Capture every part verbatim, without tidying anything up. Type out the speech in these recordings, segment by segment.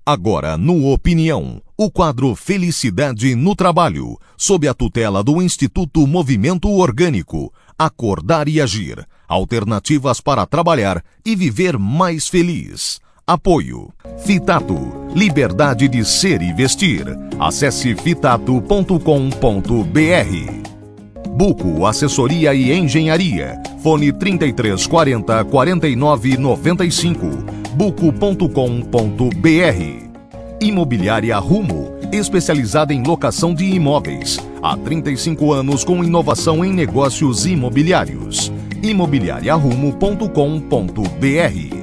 Agora, no Opinião, o quadro Felicidade no Trabalho, sob a tutela do Instituto Movimento Orgânico. Acordar e agir. Alternativas para trabalhar e viver mais feliz. Apoio. Fitato. Liberdade de ser e vestir. Acesse fitato ponto com ponto br. Buco Assessoria e Engenharia. Fone trinta e três quarenta, quarenta e nove noventa e cinco. buco ponto com ponto br. Imobiliária Rumo, especializada em locação de imóveis. Há trinta e cinco anos com inovação em negócios imobiliários. imobiliária rumo ponto com ponto br.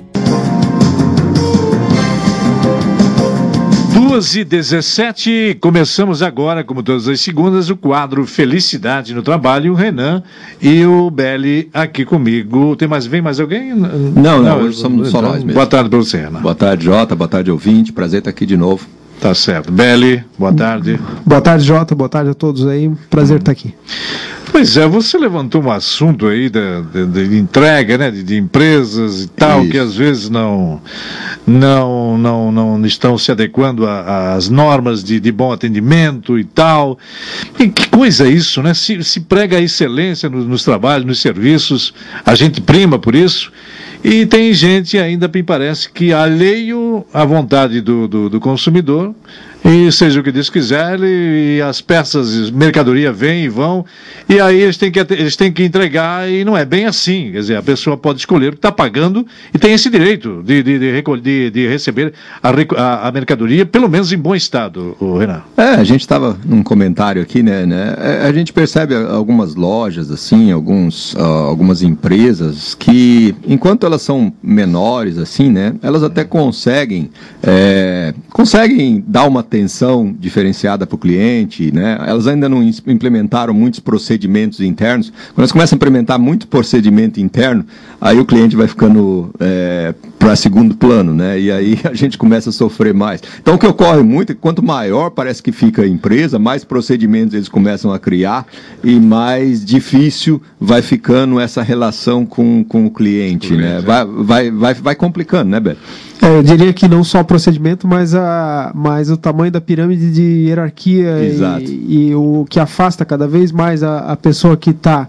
duas e dezessete, começamos agora, como todas as segundas, o quadro Felicidade no Trabalho. O Renan e o Belli aqui comigo. Tem mais, vem mais alguém? Não, não, não hoje somos então, só nós mesmo. Boa tarde para você, Renan. Boa tarde, Jota, boa tarde, ouvinte, prazer estar aqui de novo. Tá certo. Belli, boa tarde. Boa tarde, Jota, boa tarde a todos aí, prazer hum. estar aqui. Pois é, você levantou um assunto aí de, de, de entrega, né, de, de empresas e tal, Isso. que às vezes não, não, não, não estão se adequando às normas de, de bom atendimento e tal. E que coisa é isso, né? Se, se prega a excelência nos, nos trabalhos, nos serviços, a gente prima por isso. E tem gente ainda, me parece, que alheio à vontade do, do, do consumidor, e seja o que Deus quiser, e as peças, mercadoria vêm e vão, e aí eles têm que, eles têm que entregar, e não é bem assim. Quer dizer, a pessoa pode escolher o que está pagando e tem esse direito de, de, de, de, de receber a, a, a mercadoria, pelo menos em bom estado, o Renan. É, a gente estava num comentário aqui, né, né, a gente percebe algumas lojas, assim, alguns, uh, algumas empresas que, enquanto elas são menores, assim, né, elas até conseguem, é, conseguem dar uma atenção diferenciada para o cliente, né? Elas ainda não implementaram muitos procedimentos internos. Quando elas começam a implementar muito procedimento interno, aí o cliente vai ficando é, para segundo plano, né? E aí a gente começa a sofrer mais. Então o que ocorre muito é que quanto maior parece que fica a empresa, mais procedimentos eles começam a criar e mais difícil vai ficando essa relação com, com o cliente, né? Vai, vai, vai, vai complicando, né, Beto? É, eu diria que não só o procedimento, mas, a, mas o tamanho da pirâmide de hierarquia e, e o que afasta cada vez mais a, a pessoa que está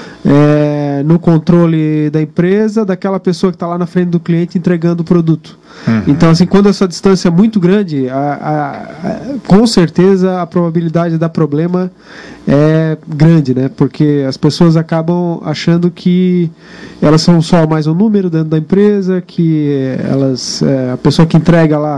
é, no controle da empresa daquela pessoa que está lá na frente do cliente entregando o produto. Uhum. Então, assim, quando essa distância é muito grande, a, a, a, com certeza a probabilidade de dar problema é grande, né? Porque as pessoas acabam achando que elas são só mais um número dentro da empresa, que elas, é, a pessoa que entrega lá,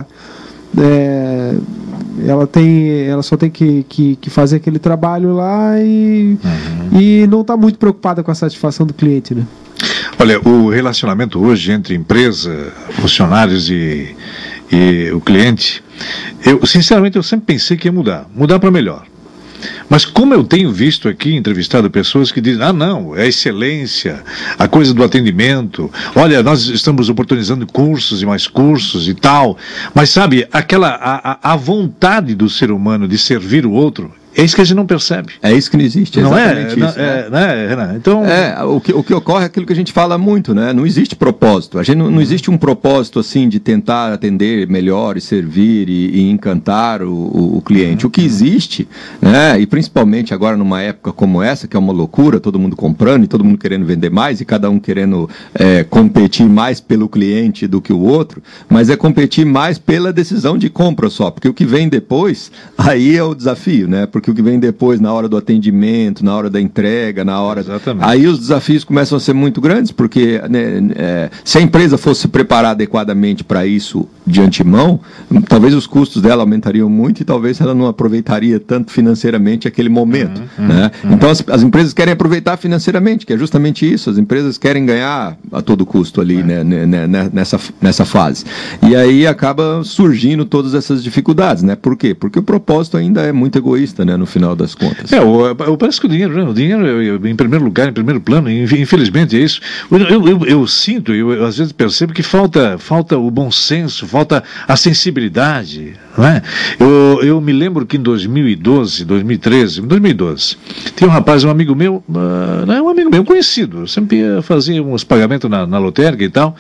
é, ela, tem, ela só tem que, que, que fazer aquele trabalho lá e, uhum. e não está muito preocupada com a satisfação do cliente, né? Olha, o relacionamento hoje entre empresa, funcionários e, e o cliente, eu, sinceramente, eu sempre pensei que ia mudar, mudar para melhor. Mas como eu tenho visto aqui, entrevistado pessoas que dizem, ah não, é a excelência, a coisa do atendimento, olha, nós estamos oportunizando cursos e mais cursos e tal, mas sabe, aquela, a, a vontade do ser humano de servir o outro, é isso que a gente não percebe. É isso que não existe, é não exatamente é, isso. Não, né? É, né, Renan? Então... É, o que, o que ocorre é aquilo que a gente fala muito, né? Não existe propósito. A gente não, não existe um propósito, assim, de tentar atender melhor e servir e, e encantar o, o, o cliente. O que existe, né? E principalmente agora numa época como essa, que é uma loucura, todo mundo comprando e todo mundo querendo vender mais e cada um querendo é, competir mais pelo cliente do que o outro, mas é competir mais pela decisão de compra só, porque o que vem depois, aí é o desafio, né? Porque o que vem depois, na hora do atendimento, na hora da entrega, na hora... Exatamente. Aí os desafios começam a ser muito grandes, porque né, é, se a empresa fosse se preparar adequadamente para isso de antemão, talvez os custos dela aumentariam muito e talvez ela não aproveitaria tanto financeiramente aquele momento. Uhum, né? Uhum. Então as, as empresas querem aproveitar financeiramente, que é justamente isso, as empresas querem ganhar a todo custo ali, é. né, né, né, nessa, nessa fase. E aí acaba surgindo todas essas dificuldades, né? Por quê? Porque o propósito ainda é muito egoísta, né? né, no final das contas. É, o, o, parece que o dinheiro, né, o dinheiro em primeiro lugar, em primeiro plano, infelizmente é isso. Eu, eu, eu, eu sinto, eu, eu às vezes percebo que falta, falta o bom senso, falta a sensibilidade, não é? Eu, eu me lembro que em dois mil e doze, dois mil e treze, dois mil e doze, tinha um rapaz, um amigo meu, uh, não é um amigo meu, conhecido, eu sempre ia fazer uns pagamentos na, na lotérica e tal,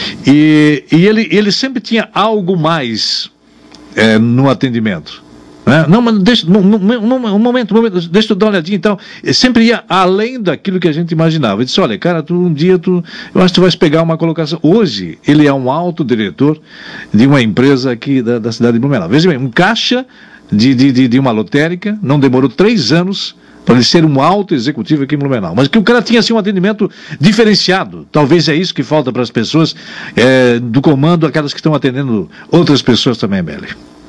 e, e ele, ele sempre tinha algo mais é, no atendimento. É, não, mas deixa, um, um, um, um momento, um momento, deixa eu dar uma olhadinha e tal. Eu sempre ia além daquilo que a gente imaginava. Eu disse, olha, cara, tu, um dia tu, eu acho que tu vais pegar uma colocação. Hoje, ele é um alto diretor de uma empresa aqui da, da cidade de Blumenau. Veja bem, um caixa de, de, de, de uma lotérica, não demorou três anos para ele ser um alto executivo aqui em Blumenau. Mas que o cara tinha assim, um atendimento diferenciado. Talvez é isso que falta para as pessoas é, do comando, aquelas que estão atendendo outras pessoas também, Beli.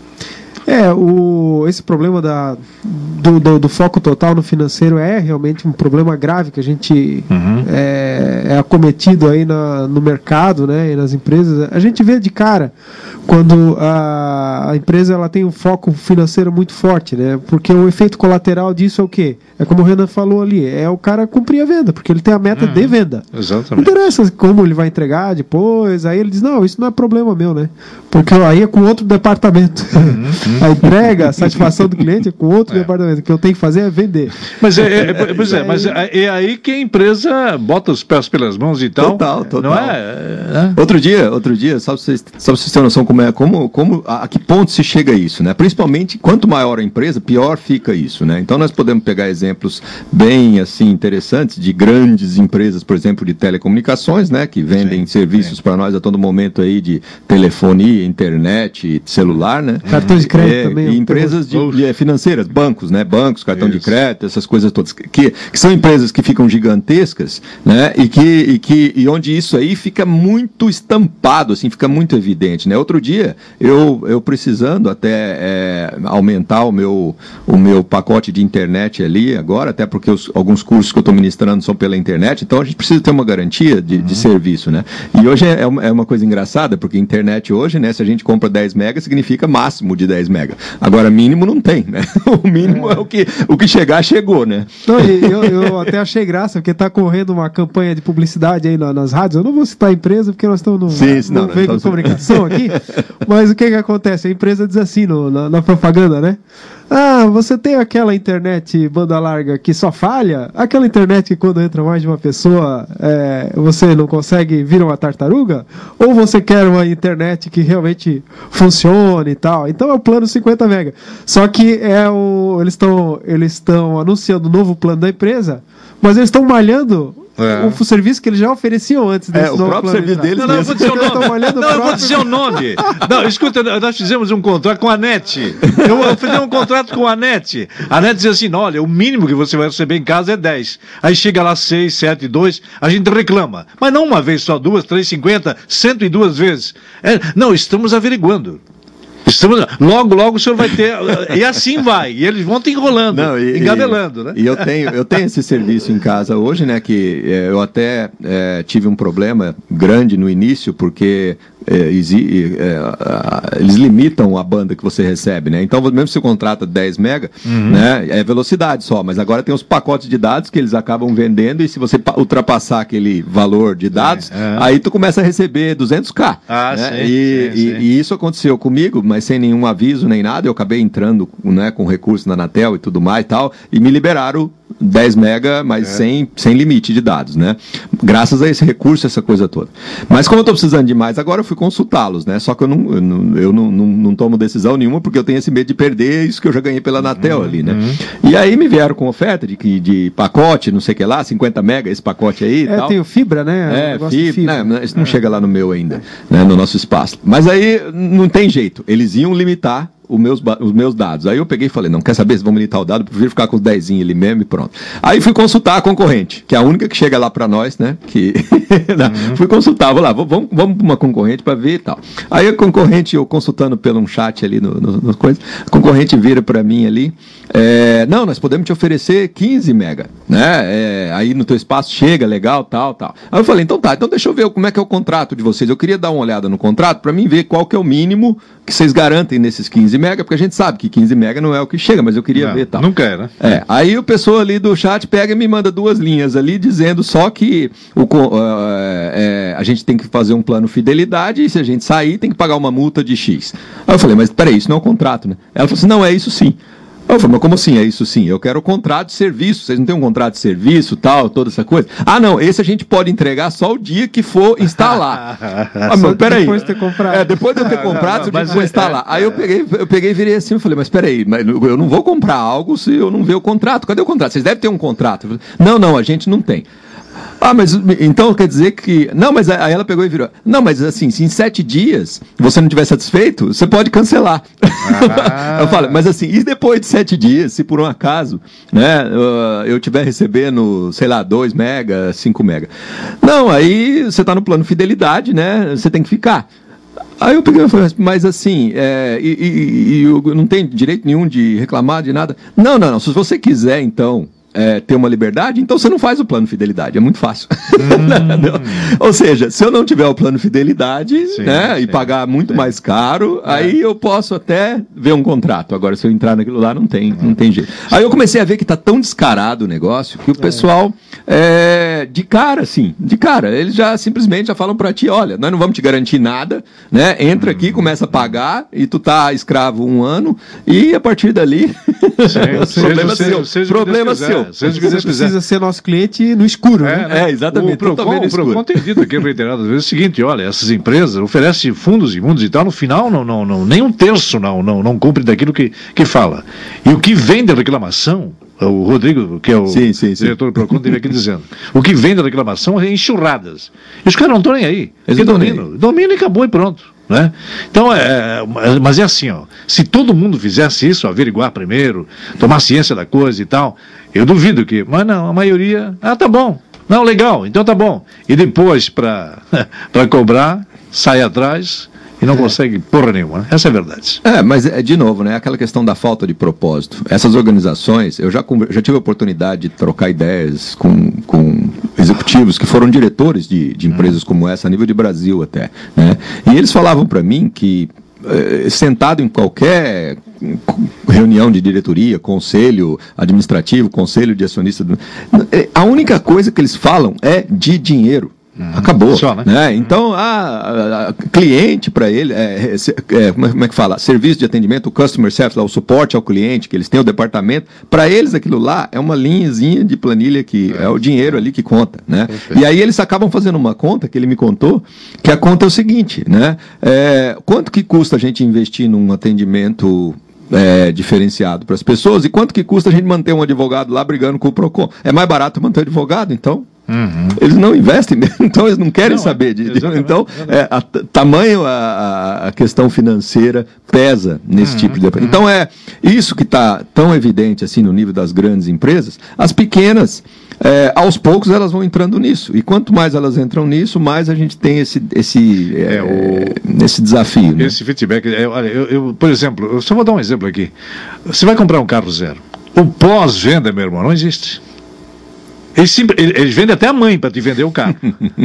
É, o, esse problema da, do, do, do foco total no financeiro é realmente um problema grave que a gente uhum. é, é acometido aí na, no mercado, né, e nas empresas. A gente vê de cara quando a, a empresa ela tem um foco financeiro muito forte, né, porque o efeito colateral disso é o quê? É como o Renan falou ali, é o cara cumprir a venda, porque ele tem a meta uhum. de venda. Exatamente. Não interessa como ele vai entregar depois, aí ele diz, não, isso não é problema meu, né, porque aí é com outro departamento. Uhum. A entrega, a satisfação do cliente é com outro é. departamento. O que eu tenho que fazer é vender. Mas é, é, é, pois é, mas é, é aí que a empresa bota os pés pelas mãos e tal. Total, total. Não é? é? Outro dia, outro dia, só para vocês, só pra vocês terem noção como é, como, como, a, a que ponto se chega a isso, né? Principalmente, quanto maior a empresa, pior fica isso, né? Então nós podemos pegar exemplos bem, assim, interessantes de grandes empresas, por exemplo, de telecomunicações, né? Que vendem sim, serviços para nós a todo momento aí de telefonia, internet, celular, né? Cartões de crédito é, também. E empresas de, de, financeiras, bancos, né? Bancos, cartão Isso. de crédito, essas coisas todas, que, que são empresas que ficam gigantescas, né? E que, e que e onde isso aí fica muito estampado, assim, fica muito evidente, né? Outro dia, eu, eu precisando até é, aumentar o meu, o meu pacote de internet ali agora, até porque os, alguns cursos que eu estou ministrando são pela internet, então a gente precisa ter uma garantia de, uhum. de serviço, né? E hoje é, é uma coisa engraçada, porque internet hoje, né? Se a gente compra dez megas, significa máximo de dez megas. Agora, mínimo não tem, né? O mínimo é, é o, que, o que chegar, chegou, né? Não, eu, eu até achei graça, porque está correndo uma campanha de publicidade aí nas rádios. Eu não vou citar a empresa, porque nós estamos no, Sim, no não, veículo de comunicação aqui. Mas o que que acontece? A empresa diz assim no, na, na propaganda, né? Ah, você tem aquela internet banda larga que só falha? Aquela internet que quando entra mais de uma pessoa é, você não consegue vir uma tartaruga? Ou você quer uma internet que realmente funcione e tal? Então é o plano cinquenta mega. Só que é o, eles estão eles estão anunciando o novo plano da empresa, mas eles estão malhando É. o serviço que eles já ofereciam antes desse é, o próprio serviço deles. Não, não, eu vou dizer o nome. Não, eu vou dizer o nome. Não, escuta, nós fizemos um contrato com a NET. Eu, eu fiz um contrato com a NET. A NET dizia assim, olha, o mínimo que você vai receber em casa é dez. Aí chega lá seis, sete, dois, a gente reclama. Mas não uma vez só, duas, três, cinquenta, cento e duas vezes. É, não, estamos averiguando. Estamos, logo, logo o senhor vai ter. E assim vai. E eles vão te enrolando, Não, e, engabelando, e, né? E eu tenho, eu tenho esse serviço em casa hoje, né? Que é, eu até é, tive um problema grande no início, porque é, exi, é, eles limitam a banda que você recebe, né? Então, mesmo se você contrata dez mega, uhum. né? É velocidade só, mas agora tem os pacotes de dados que eles acabam vendendo, e se você ultrapassar aquele valor de dados, é, é. aí tu começa a receber duzentos K. Ah, né? sim, e, sim, e, sim. e isso aconteceu comigo, mas sem nenhum aviso nem nada. Eu acabei entrando, né, com recurso na Anatel e tudo mais e tal, e me liberaram dez mega, mas é. sem, sem limite de dados, né? Graças a esse recurso, essa coisa toda. Mas como eu estou precisando de mais agora, eu fui consultá-los, né? Só que eu não, eu, não, eu não, não, não tomo decisão nenhuma, porque eu tenho esse medo de perder isso que eu já ganhei pela Anatel uhum, ali, né? Uhum. E aí me vieram com oferta de, de pacote, não sei o que lá, cinquenta mega, esse pacote aí e é, tal. tem o fibra, né? É, fibra, fibra. Né? Isso não é. chega lá no meu ainda, né? No nosso espaço. Mas aí não tem jeito, eles iam limitar Os meus, os meus dados. Aí eu peguei e falei, não, quer saber se vão limitar o dado, eu prefiro ficar com os dezinho ali mesmo e pronto. Aí fui consultar a concorrente, que é a única que chega lá para nós, né? Que uhum. Fui consultar, vou lá, vamos, vamos para uma concorrente para ver e tal. Aí a concorrente, eu consultando pelo um chat ali, no, no, no coisa, a concorrente vira para mim ali, é, não, nós podemos te oferecer quinze mega, né? É, aí no teu espaço chega, legal, tal, tal. Aí eu falei, então tá, então deixa eu ver como é que é o contrato de vocês. Eu queria dar uma olhada no contrato para mim ver qual que é o mínimo que vocês garantem nesses quinze quinze mega, porque a gente sabe que quinze mega não é o que chega, mas eu queria não, ver tal. Nunca é, né? É, aí o pessoal ali do chat pega e me manda duas linhas ali dizendo só que o, uh, é, a gente tem que fazer um plano fidelidade e se a gente sair tem que pagar uma multa de X. Aí eu falei, mas peraí, isso não é um contrato, né? Ela falou assim, não, é isso sim. Eu falei, mas como assim é isso sim? Eu quero contrato de serviço, vocês não têm um contrato de serviço, tal, toda essa coisa? Ah, não, esse a gente pode entregar só o dia que for instalar. Ah, mas peraí. Depois de ter comprado. É, depois de eu ter comprado, não, não, eu vou instalar. É, Aí eu peguei, eu peguei e virei assim, eu falei, mas peraí, mas eu não vou comprar algo se eu não ver o contrato. Cadê o contrato? Vocês devem ter um contrato. Falei, não, não, a gente não tem. Ah, mas então quer dizer que... Não, mas aí ela pegou e virou. Não, mas assim, se em sete dias você não estiver satisfeito, você pode cancelar. Ah. Eu falo, mas assim, e depois de sete dias, se por um acaso, né, eu estiver recebendo, sei lá, dois mega, cinco mega. Não, aí você está no plano fidelidade, né? Você tem que ficar. Aí eu peguei e falei, mas assim, é, e, e, e eu não tenho direito nenhum de reclamar de nada. Não, não, não. Se você quiser, então... É, ter uma liberdade, então você não faz o plano fidelidade, é muito fácil. Hum. Ou seja, se eu não tiver o plano fidelidade, sim, né, sim, e pagar muito sim. mais caro, é. aí eu posso até ver um contrato. Agora, se eu entrar naquilo lá, não tem, não tem jeito. Aí eu comecei a ver que está tão descarado o negócio que o pessoal, é, de cara, assim, de cara, eles já simplesmente já falam para ti, olha, nós não vamos te garantir nada, né? Entra aqui, começa a pagar e tu tá escravo um ano e a partir dali, sim, problema seja, seu. Seja problema seu. Você precisa ser nosso cliente no escuro, é, né? É, exatamente. O Procon, o Procon tem dito aqui reiteradas vezes o seguinte, olha, essas empresas oferecem fundos imundos e tal, no final não, não, não, nem um terço não, não, não cumpre daquilo que, que fala. E o que vem da reclamação, o Rodrigo, que é o sim, sim, diretor sim. do Procon, teve aqui dizendo, o que vem da reclamação é enxurradas. E os caras não estão nem aí. Eles dominam. Domina e acabou e pronto. Né? Então, é, mas é assim, ó, se todo mundo fizesse isso, averiguar primeiro, tomar ciência da coisa e tal, eu duvido que, mas não, a maioria, ah, tá bom, não, legal, então tá bom, e depois para para cobrar, sai atrás e não é. consegue porra nenhuma, né? Essa é a verdade. É, mas é de novo, né, aquela questão da falta de propósito. Essas organizações, eu já, já tive a oportunidade de trocar ideias com, com executivos que foram diretores de, de empresas hum. como essa, a nível de Brasil até, né? E eles falavam para mim que eh, sentado em qualquer reunião de diretoria, conselho administrativo, conselho de acionistas, a única coisa que eles falam é de dinheiro. Uhum. Acabou. Só, né? Né? Então, a, a, a cliente para ele, é, é, como é que fala? Serviço de atendimento, o customer service, lá, o suporte ao cliente, que eles têm o departamento, para eles aquilo lá é uma linhazinha de planilha que é, é o dinheiro ali que conta. Né? E aí eles acabam fazendo uma conta, que ele me contou, que a conta é o seguinte, né? É, quanto que custa a gente investir num atendimento É, diferenciado para as pessoas, e quanto que custa a gente manter um advogado lá brigando com o Procon? É mais barato manter um advogado, então? Uhum. Eles não investem mesmo, então eles não querem não, saber de, de então é, a, tamanho a, a questão financeira pesa nesse uhum, tipo de uhum. Então é isso que está tão evidente assim no nível das grandes empresas. As pequenas, é, aos poucos elas vão entrando nisso, e quanto mais elas entram nisso, mais a gente tem esse esse, é, é, o, esse desafio, esse né? feedback. É, olha, eu, eu, por exemplo, eu só vou dar um exemplo aqui. Você vai comprar um carro zero, o pós-venda, meu irmão, não existe. Eles, sempre, eles vendem até a mãe para te vender o carro.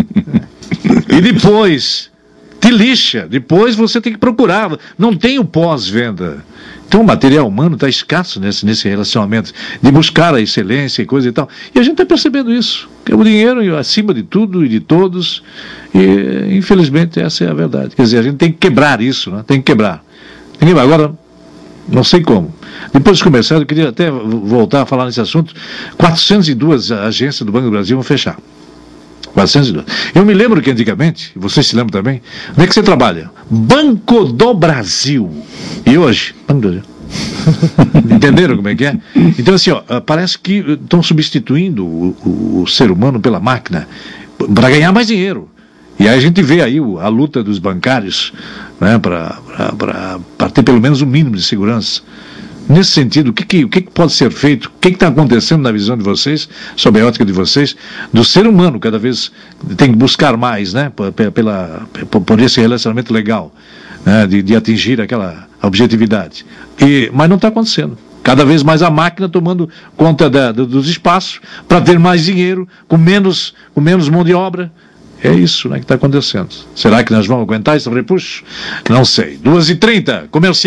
E depois te lixa, depois você tem que procurar. Não tem o pós-venda. Então o material humano está escasso nesse, nesse relacionamento, de buscar a excelência e coisa e tal. E a gente está percebendo isso. Que o dinheiro acima de tudo e de todos. E infelizmente essa é a verdade. Quer dizer, a gente tem que quebrar isso, né? Tem que quebrar. Tem que quebrar. Agora, não sei como. Depois de começar, eu queria até voltar a falar nesse assunto. quatrocentas e duas agências do Banco do Brasil vão fechar. quatrocentas e duas. Eu me lembro que antigamente, vocês se lembram também, onde é que você trabalha? Banco do Brasil. E hoje? Banco do Brasil. Entenderam como é que é? Então, assim, ó, parece que estão substituindo o, o, o ser humano pela máquina para ganhar mais dinheiro. E aí a gente vê aí o, a luta dos bancários, né, para ter pelo menos o um mínimo de segurança. Nesse sentido, o que, que, o que pode ser feito? O que está acontecendo na visão de vocês, sob a ótica de vocês, do ser humano cada vez tem que buscar mais, né, pela, por esse relacionamento legal, né, de, de atingir aquela objetividade. E, mas não está acontecendo. Cada vez mais a máquina tomando conta da, dos espaços para ter mais dinheiro, com menos, com menos mão de obra. É isso, né, que está acontecendo. Será que nós vamos aguentar esse repuxo? Não sei. duas e trinta, comercial.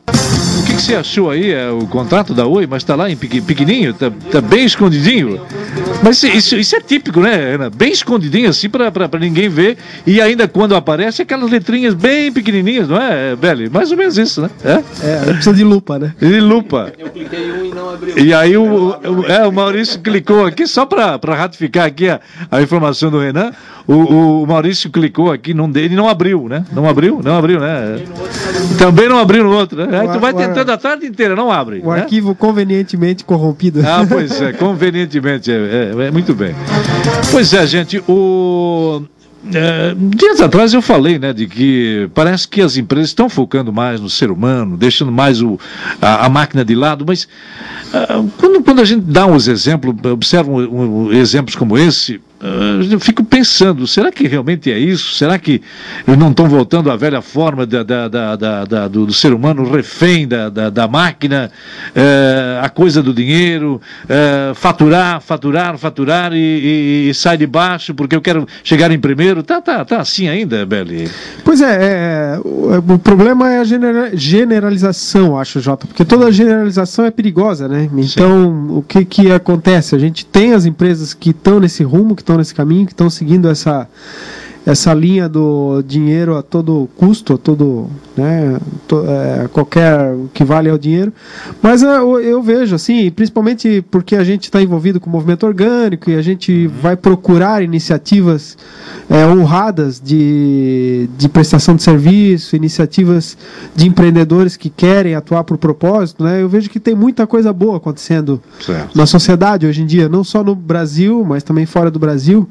O que, que você achou aí? É o contrato da Oi, mas está lá em pequenininho, está tá bem escondidinho. Mas isso, isso é típico, né, Ana? Bem escondidinho assim para ninguém ver. E ainda quando aparece aquelas letrinhas bem pequenininhas, não é, Beli? Mais ou menos isso, né? É, é precisa de lupa, né? De lupa. Eu cliquei um e não abriu. E aí o, o, é, o Maurício clicou aqui, só para ratificar aqui a, a informação do Renan. O, o Maurício clicou aqui num dele e não abriu, né? Não abriu, não abriu, né? Também não abriu no outro, né? Aí tu vai tentando a tarde inteira, não abre. O né? arquivo convenientemente corrompido. Ah, pois é, convenientemente, é, é, é muito bem. Pois é, gente, o... É, dias atrás eu falei, né, de que parece que as empresas estão focando mais no ser humano, deixando mais o, a, a máquina de lado, mas uh, quando, quando a gente dá uns exemplos, observa um, um, exemplos como esse, uh, eu fico pensando, será que realmente é isso? Será que eles não estão voltando à velha forma da, da, da, da, da, do, do ser humano refém da, da, da máquina, uh, a coisa do dinheiro, uh, faturar, faturar, faturar e, e, e sai de baixo porque eu quero chegar em primeiro? Tá, tá, tá assim ainda, Beli? Pois é, é o, o problema é a genera, generalização, acho, Jota, porque toda generalização é perigosa, né? Então, sim, o que que acontece? A gente tem as empresas que estão nesse rumo, que estão nesse caminho, que estão seguindo essa, essa linha do dinheiro a todo custo, a todo, né, to, é, qualquer que vale ao dinheiro, mas é, eu, eu vejo assim, principalmente porque a gente está envolvido com o movimento orgânico e a gente vai procurar iniciativas é, honradas de, de prestação de serviço, iniciativas de empreendedores que querem atuar por propósito, né? Eu vejo que tem muita coisa boa acontecendo, certo, na sociedade hoje em dia, não só no Brasil, mas também fora do Brasil.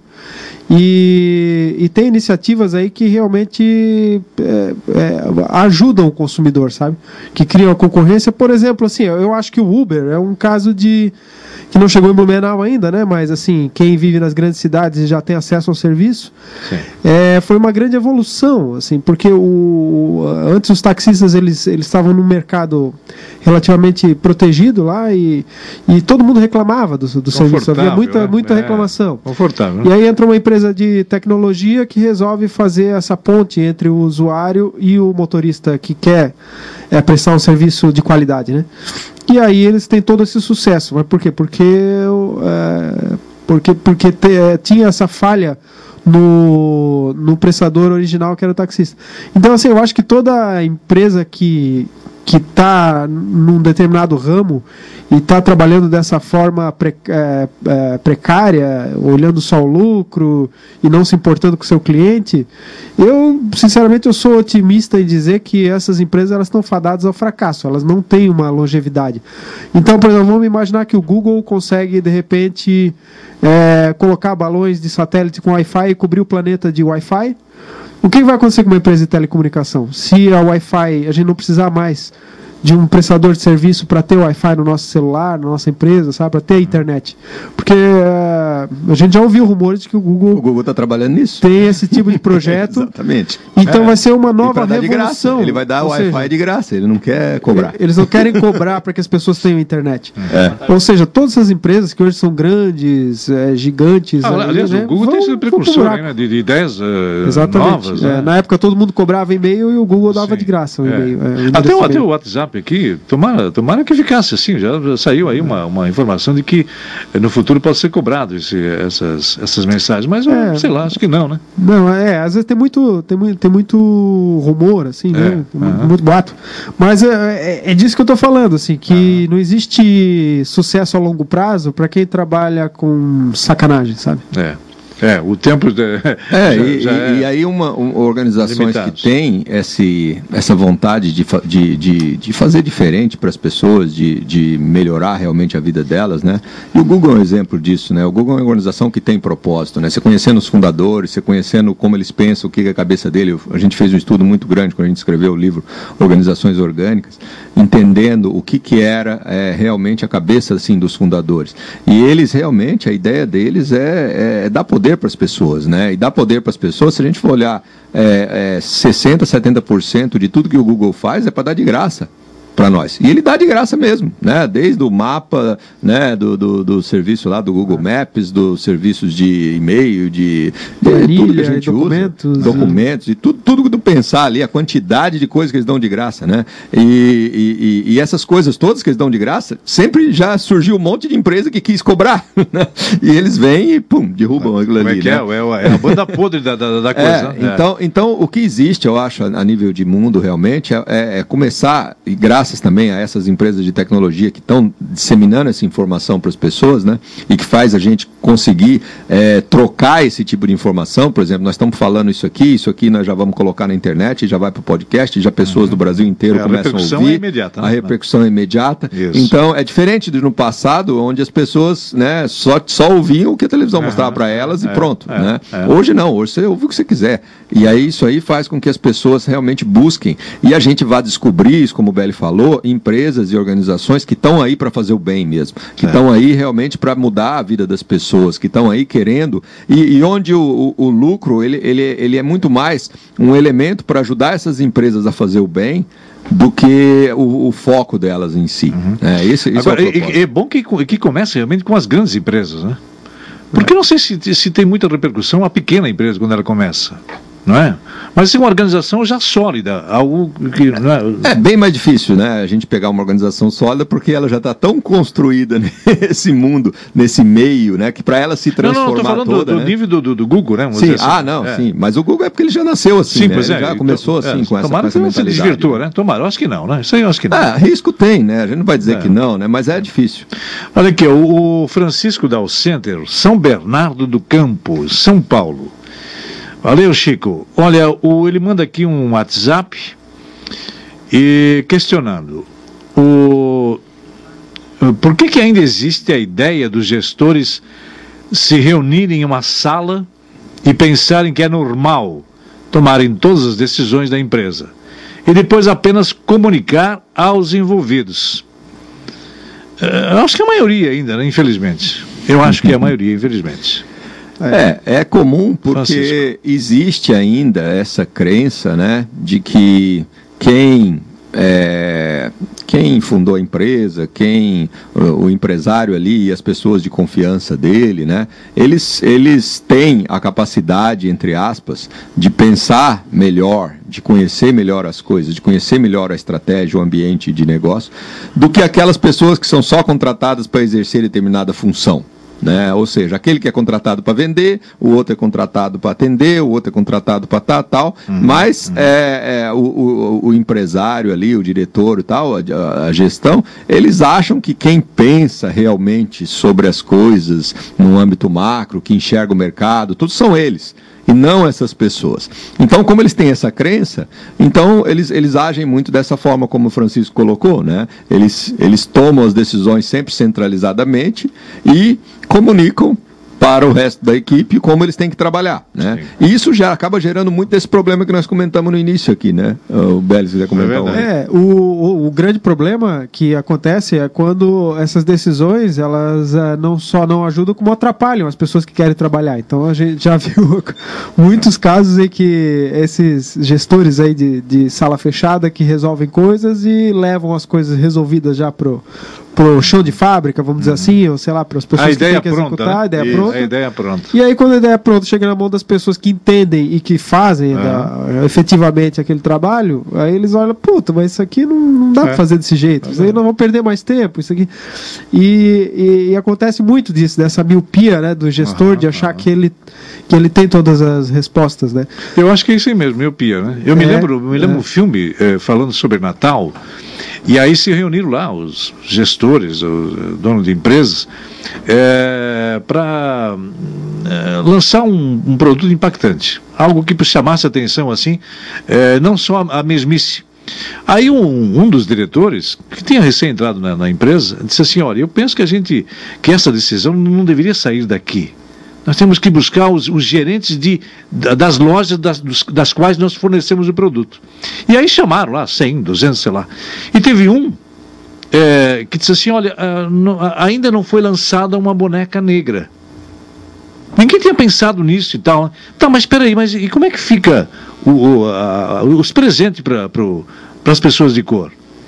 E, e tem iniciativas aí que realmente é, é, ajudam o consumidor, sabe? Que criam a concorrência. Por exemplo, assim, eu acho que o Uber é um caso de que não chegou em Blumenau ainda, né? Mas assim, quem vive nas grandes cidades e já tem acesso ao serviço, é, foi uma grande evolução, assim, porque o, antes os taxistas eles eles estavam num mercado relativamente protegido lá e, e todo mundo reclamava do, do serviço, havia muita, é, muita reclamação. É, confortável. E aí entra uma empresa de tecnologia que resolve fazer essa ponte entre o usuário e o motorista que quer é, prestar um serviço de qualidade, né? E aí eles têm todo esse sucesso. Mas por quê? Porque, é, porque, porque te, é, tinha essa falha no, no prestador original, que era o taxista. Então, assim, eu acho que toda empresa que que está num determinado ramo e está trabalhando dessa forma pre, é, é, precária, olhando só o lucro e não se importando com o seu cliente, eu, sinceramente, eu sou otimista em dizer que essas empresas elas estão fadadas ao fracasso, elas não têm uma longevidade. Então, por exemplo, vamos imaginar que o Google consegue, de repente, é, colocar balões de satélite com Wi-Fi e cobrir o planeta de Wi-Fi. O que vai acontecer com uma empresa de telecomunicação? Se a Wi-Fi, a gente não precisar mais de um prestador de serviço para ter Wi-Fi no nosso celular, na nossa empresa, sabe, para ter a internet. Porque uh, a gente já ouviu rumores de que o Google... O Google está trabalhando nisso. Tem esse tipo de projeto. Exatamente. Então é. vai ser uma nova revolução. De graça. Ele vai dar Wi-Fi de graça, ele não quer cobrar. Eles não querem cobrar para que as pessoas tenham internet. É. Ou seja, todas essas empresas que hoje são grandes, é, gigantes... Ah, ali, aliás, né, o Google vão, tem sido precursor né, de, de ideias uh, Exatamente. novas. É, né? Na época todo mundo cobrava e-mail e o Google dava Sim. de graça o e-mail. É. É, até, o, até o WhatsApp aqui, tomara Tomara que ficasse assim, já, já saiu aí uma, uma informação de que no futuro pode ser cobrado esse, essas, essas mensagens, mas é, sei lá, acho que não, né? Não, é, às vezes tem muito, tem muito, tem muito rumor, assim, é, né? Tem uh-huh. muito boato. Mas é, é, é disso que eu estou falando, assim, que uh-huh. não existe sucesso a longo prazo para quem trabalha com sacanagem, sabe? É. É, o tempo de, é, já, e, já é e aí uma, uma organizações limitados. Que têm esse, essa vontade de, de, de, de fazer diferente para as pessoas, de, de melhorar realmente a vida delas, né? E o Google é um exemplo disso, né? O Google é uma organização que tem propósito, né? Você conhecendo os fundadores, você conhecendo como eles pensam, o que é a cabeça dele. A gente fez um estudo muito grande quando a gente escreveu o livro Organizações Orgânicas, entendendo o que, que era é, realmente a cabeça assim, dos fundadores. E eles realmente, a ideia deles é, é dar poder para as pessoas, né? E dar poder para as pessoas, se a gente for olhar é, é, sessenta, setenta por cento de tudo que o Google faz é para dar de graça para nós. E ele dá de graça mesmo, né? Desde o mapa, né? do, do, do serviço lá do Google Maps, dos serviços de e-mail, de, de Planilha, tudo que a gente documentos, usa, documentos, e tudo, tudo que tu pensar ali, a quantidade de coisas que eles dão de graça, né? E, e, e, e essas coisas todas que eles dão de graça, sempre já surgiu um monte de empresa que quis cobrar, né? E eles vêm e, pum, derrubam aquilo Como ali, é que né? é? É a banda podre da, da, da coisa. É, né? então, então, o que existe, eu acho, a nível de mundo, realmente, é, é começar, e graças também a essas empresas de tecnologia que estão disseminando essa informação para as pessoas, né? E que faz a gente conseguir é, trocar esse tipo de informação. Por exemplo, nós estamos falando isso aqui, isso aqui nós já vamos colocar na internet, já vai para o podcast, já pessoas uhum. do Brasil inteiro é, começam a ouvir. A repercussão é imediata. Né? A repercussão é imediata. Isso. Então, é diferente de no passado, onde as pessoas, né, só, só ouviam o que a televisão uhum. mostrava para elas e é, pronto. É, né? É. Hoje não, hoje você ouve o que você quiser. E aí isso aí faz com que as pessoas realmente busquem. E a gente vá descobrir, isso como o Belli falou, empresas e organizações que estão aí para fazer o bem mesmo. Que estão é. aí realmente para mudar a vida das pessoas, que estão aí querendo. E, e onde o, o, o lucro, ele, ele, ele é muito mais um elemento para ajudar essas empresas a fazer o bem do que o, o foco delas em si. Uhum. É, esse, esse Agora, é, o é, é bom que, que comece realmente com as grandes empresas, né? Porque eu não sei se, se tem muita repercussão a pequena empresa quando ela começa, não é? Mas tem uma organização já sólida, algo que... Não é... é bem mais difícil, né? A gente pegar uma organização sólida porque ela já está tão construída nesse mundo, nesse meio, né? Que para ela se transformar toda... Não, não, estou falando toda, do, do né? nível do, do, do Google, né? Sim, assim. ah, não, é. sim. Mas o Google é porque ele já nasceu assim, sim, né? Pois é, ele já começou então, assim, é, com essa, com essa mentalidade. Se desvirtua, né? Tomara, eu acho que não, né? Isso aí eu acho que não. Ah, risco tem, né? A gente não vai dizer é. que não, né? Mas é difícil. Olha aqui, o, o Francisco Dal Center, São Bernardo do Campo, São Paulo. Valeu, Chico. Olha, o, ele manda aqui um WhatsApp e questionando o, por que, que ainda existe a ideia dos gestores se reunirem em uma sala e pensarem que é normal tomarem todas as decisões da empresa e depois apenas comunicar aos envolvidos. Eu acho que a maioria ainda, né, infelizmente. Eu acho que é a maioria, infelizmente. É, é comum porque Francisco. Existe ainda essa crença, né, de que quem, é, quem fundou a empresa, quem, o, o empresário ali e as pessoas de confiança dele, né, eles, eles têm a capacidade, entre aspas, de pensar melhor, de conhecer melhor as coisas, de conhecer melhor a estratégia, o ambiente de negócio, do que aquelas pessoas que são só contratadas para exercer determinada função. Né? Ou seja, aquele que é contratado para vender, o outro é contratado para atender, o outro é contratado para tal, tal, uhum, mas uhum. É, é, o, o, o empresário ali, o diretor e tal, a, a gestão, eles acham que quem pensa realmente sobre as coisas no âmbito macro, que enxerga o mercado, tudo são eles. E não essas pessoas. Então, como eles têm essa crença, então eles, eles agem muito dessa forma, como o Francisco colocou, né? Eles, eles tomam as decisões sempre centralizadamente e comunicam para o resto da equipe como eles têm que trabalhar, né? E isso já acaba gerando muito desse problema que nós comentamos no início aqui, né? O Belli, você quer comentar? É, o, o, o grande problema que acontece é quando essas decisões, elas uh, não só não ajudam, como atrapalham as pessoas que querem trabalhar. Então a gente já viu muitos casos em que esses gestores aí de, de sala fechada que resolvem coisas e levam as coisas resolvidas já pro pro show de fábrica, vamos dizer assim, ou sei lá, para as pessoas que têm que executar, né? a ideia Isso, pronta. A ideia pronta. E aí, quando a ideia pronta chega na mão das pessoas que entendem e que fazem é. da, efetivamente aquele trabalho, aí eles olham, puta, mas isso aqui não, não dá é. para fazer desse jeito, isso aí não vão perder mais tempo, isso aqui. E, e, e acontece muito disso, dessa miopia, né, do gestor, uhum, de achar uhum. que ele que ele tem todas as respostas, né? Eu acho que é isso aí mesmo, miopia, né? Eu é, me lembro, me lembro é. um filme eh, falando sobre Natal, e aí se reuniram lá os gestores, os donos de empresas, é, para é, lançar um, um produto impactante, algo que chamasse atenção assim, é, não só a, a mesmice. Aí um, um dos diretores, que tinha recém entrado na, na empresa, disse assim, olha, eu penso que a gente, que essa decisão não deveria sair daqui. Nós temos que buscar os, os gerentes de, das lojas das, das quais nós fornecemos o produto. E aí chamaram lá cem, duzentos, sei lá. E teve um é, que disse assim, olha, uh, não, ainda não foi lançada uma boneca negra. Ninguém tinha pensado nisso e tal. Tá, mas espera aí, mas e como é que fica o, o, a, os presentes para as pessoas de cor?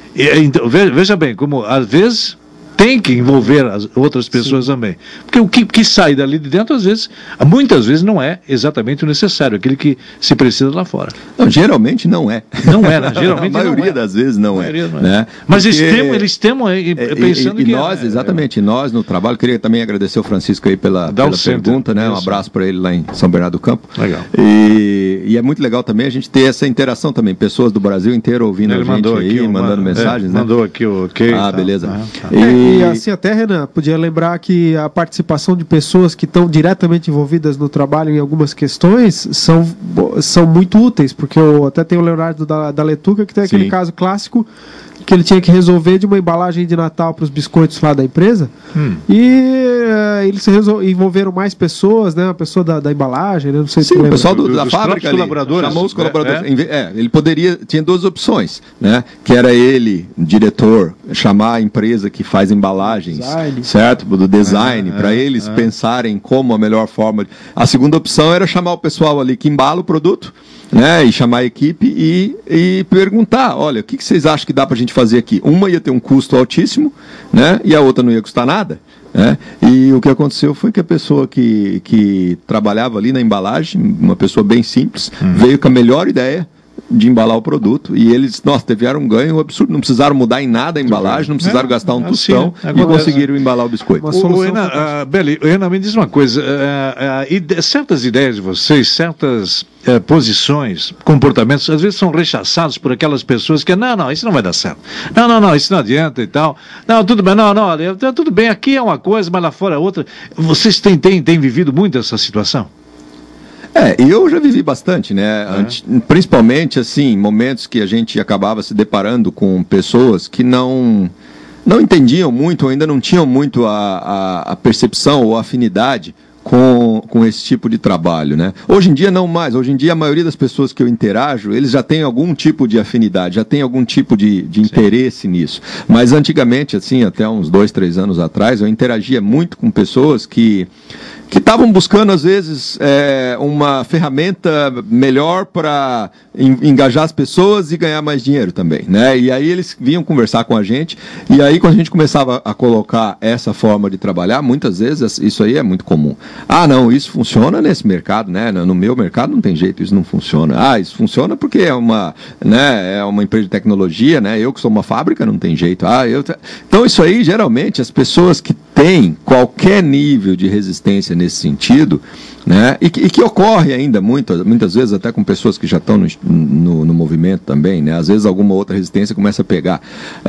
Então, veja bem, como às vezes tem que envolver as outras pessoas Sim. também. Porque o que, que sai dali de dentro, às vezes, muitas vezes não é exatamente o necessário, aquele que se precisa lá fora. Não, geralmente não é. Não é, né? Geralmente a maioria não é. das vezes não, é, não é. Né? Mas Porque... eles temem, eles temem pensando e, e, que... E nós, é, exatamente, é. nós no trabalho, queria também agradecer ao Francisco aí pela, pela pergunta, né? Um abraço para ele lá em São Bernardo do Campo. Legal. E, e é muito legal também a gente ter essa interação também, pessoas do Brasil inteiro ouvindo ele a gente aí, aqui, mandando uma, mensagens, é, né? Mandou aqui o ok. Ah, beleza. Ah, tá. e... É, e assim até, Renan, podia lembrar que a participação de pessoas que estão diretamente envolvidas no trabalho em algumas questões são, são muito úteis, porque eu até tenho o Leonardo da, da Letuca, que tem aquele Sim. caso clássico que ele tinha que resolver de uma embalagem de Natal para os biscoitos lá da empresa, hum. e uh, eles resol- envolveram mais pessoas, né? A pessoa da, da embalagem, né? Não sei Sim, se o pessoal do, do, da dos fábrica ali, colaboradores, chamou os colaboradores. É, é. É, ele poderia, tinha duas opções, né? Que era ele, diretor, chamar a empresa que faz embalagens, design. certo? Do design, é, para é, eles é. pensarem como a melhor forma. A segunda opção era chamar o pessoal ali que embala o produto, né, e chamar a equipe e, e perguntar, olha, o que, que vocês acham que dá para a gente fazer aqui? Uma ia ter um custo altíssimo, né, e a outra não ia custar nada, né? E o que aconteceu foi que a pessoa que, que trabalhava ali na embalagem, uma pessoa bem simples, uhum. veio com a melhor ideia de embalar o produto, e eles, nossa, tiveram um ganho absurdo, não precisaram mudar em nada a embalagem, não precisaram é, gastar um tostão assim, e conseguiram embalar o biscoito. Uma solução. O Ena, uh, Beli, Ena, me diz uma coisa, uh, uh, ide- certas ideias de vocês, certas uh, posições, comportamentos, às vezes são rechaçados por aquelas pessoas que, não, não, isso não vai dar certo, não, não, não, isso não adianta e tal, não, tudo bem, não, não, tudo bem, aqui é uma coisa, mas lá fora é outra. Vocês têm, têm, têm vivido muito essa situação? É, eu já vivi bastante, né? É. Antes, principalmente, assim, momentos que a gente acabava se deparando com pessoas que não, não entendiam muito, ou ainda não tinham muito a, a, a percepção ou a afinidade com, com esse tipo de trabalho, né? Hoje em dia não mais, hoje em dia a maioria das pessoas que eu interajo, eles já têm algum tipo de afinidade, já tem algum tipo de, de interesse nisso. Mas antigamente, assim, até uns dois, três anos atrás, eu interagia muito com pessoas que que estavam buscando, às vezes, é, uma ferramenta melhor para engajar as pessoas e ganhar mais dinheiro também, né? E aí eles vinham conversar com a gente, e aí quando a gente começava a colocar essa forma de trabalhar, muitas vezes isso aí é muito comum. Ah, não, isso funciona nesse mercado, né? No meu mercado não tem jeito, isso não funciona. Ah, isso funciona porque é uma, né, é uma empresa de tecnologia, né? Eu que sou uma fábrica não tem jeito. Ah, eu... Então isso aí, geralmente, as pessoas que têm qualquer nível de resistência nesse sentido, né, e, que, e que ocorre ainda muito, muitas vezes até com pessoas que já estão no, no, no movimento também, né, às vezes alguma outra resistência começa a pegar.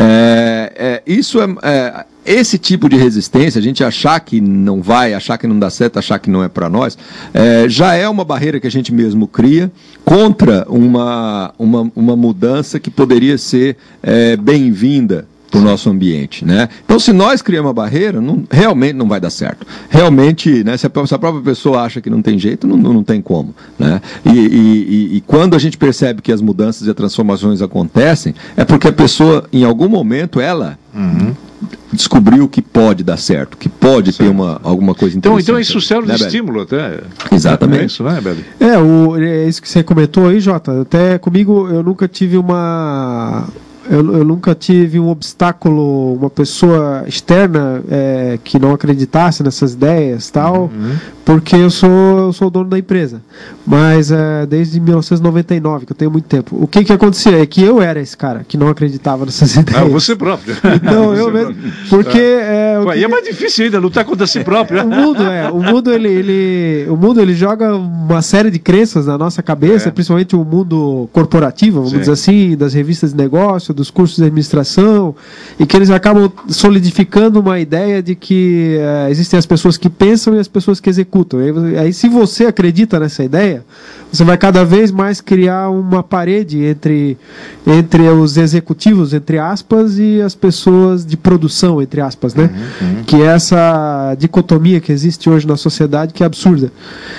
É, é, isso é, é, esse tipo de resistência, a gente achar que não vai, achar que não dá certo, achar que não é para nós, é, já é uma barreira que a gente mesmo cria contra uma, uma, uma mudança que poderia ser é, bem-vinda para o nosso ambiente, né? Então, se nós criamos uma barreira, não, realmente não vai dar certo. Realmente, né, se, a, se a própria pessoa acha que não tem jeito, não, não, não tem como, né? E, e, e, e quando a gente percebe que as mudanças e as transformações acontecem, é porque a pessoa, em algum momento, ela... Uhum. descobriu que pode dar certo, que pode certo. ter uma, alguma coisa interessante. Então, então isso serve de né, estímulo até. Exatamente. É isso, né, Beli? É, o, é isso que você comentou aí, Jota. Até comigo eu nunca tive uma... Eu, eu nunca tive um obstáculo, uma pessoa externa é, que não acreditasse nessas ideias tal, uhum. porque eu sou, eu sou o dono da empresa. Mas é, desde mil novecentos e noventa e nove, que eu tenho muito tempo. O que que acontecia? É que eu era esse cara que não acreditava nessas ideias. Ah, você próprio. Então, você eu mesmo. Próprio. Porque... É, Ué, e é mais difícil ainda lutar contra si próprio. O mundo, é. O mundo, ele, ele, o mundo, ele joga uma série de crenças na nossa cabeça, é. principalmente o mundo corporativo, vamos Sim. dizer assim, das revistas de negócio, dos cursos de administração, e que eles acabam solidificando uma ideia de que uh, existem as pessoas que pensam e as pessoas que executam. Aí, aí, se você acredita nessa ideia, você vai cada vez mais criar uma parede entre, entre os executivos, entre aspas, e as pessoas de produção, entre aspas, né? Uhum, uhum. Que é essa dicotomia que existe hoje na sociedade, que é absurda.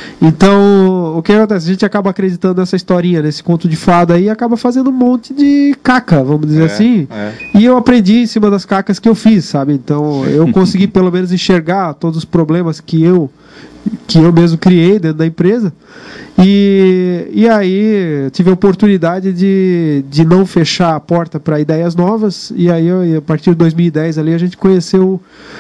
Então, o que acontece? A gente acaba acreditando nessa historinha, nesse conto de fada aí, e acaba fazendo um monte de caca, vamos dizer é, assim. É. E eu aprendi em cima das cacas que eu fiz, sabe? Então, eu consegui pelo menos enxergar todos os problemas que eu que eu mesmo criei dentro da empresa E, e aí tive a oportunidade de, de não fechar a porta para ideias novas, e aí eu, a partir de dois mil e dez ali a gente conheceu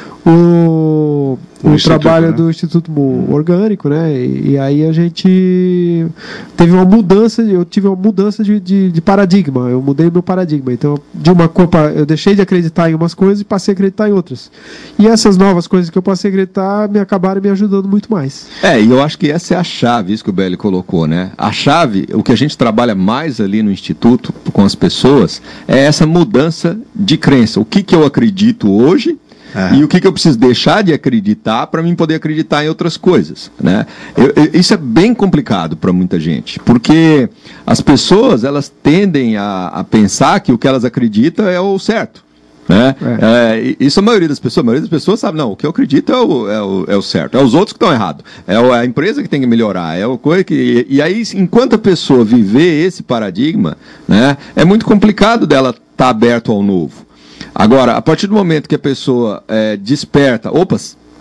o, o, o trabalho, né, do Instituto Orgânico, né? E, e aí a gente teve uma mudança, eu tive uma mudança de, de, de paradigma, eu mudei meu paradigma. Então, de uma copa, eu deixei de acreditar em umas coisas e passei a acreditar em outras. E essas novas coisas que eu passei a acreditar me acabaram me ajudando muito mais. É, e eu acho que essa é a chave, isso que o Belli colocou, né? A chave, o que a gente trabalha mais ali no Instituto com as pessoas, é essa mudança de crença. O que, que eu acredito hoje, é. E o que, que eu preciso deixar de acreditar para mim poder acreditar em outras coisas, né? Eu, eu, isso é bem complicado para muita gente, porque as pessoas, elas tendem a, a pensar que o que elas acreditam é o certo, né? É. É, isso a maioria das pessoas, a maioria das pessoas sabe, não, o que eu acredito é o, é o, é o certo, é os outros que estão errados, é a empresa que tem que melhorar, é o coisa que... E, e aí, enquanto a pessoa viver esse paradigma, né, é muito complicado dela estar tá aberto ao novo. Agora, a partir do momento que a pessoa é, desperta, opa,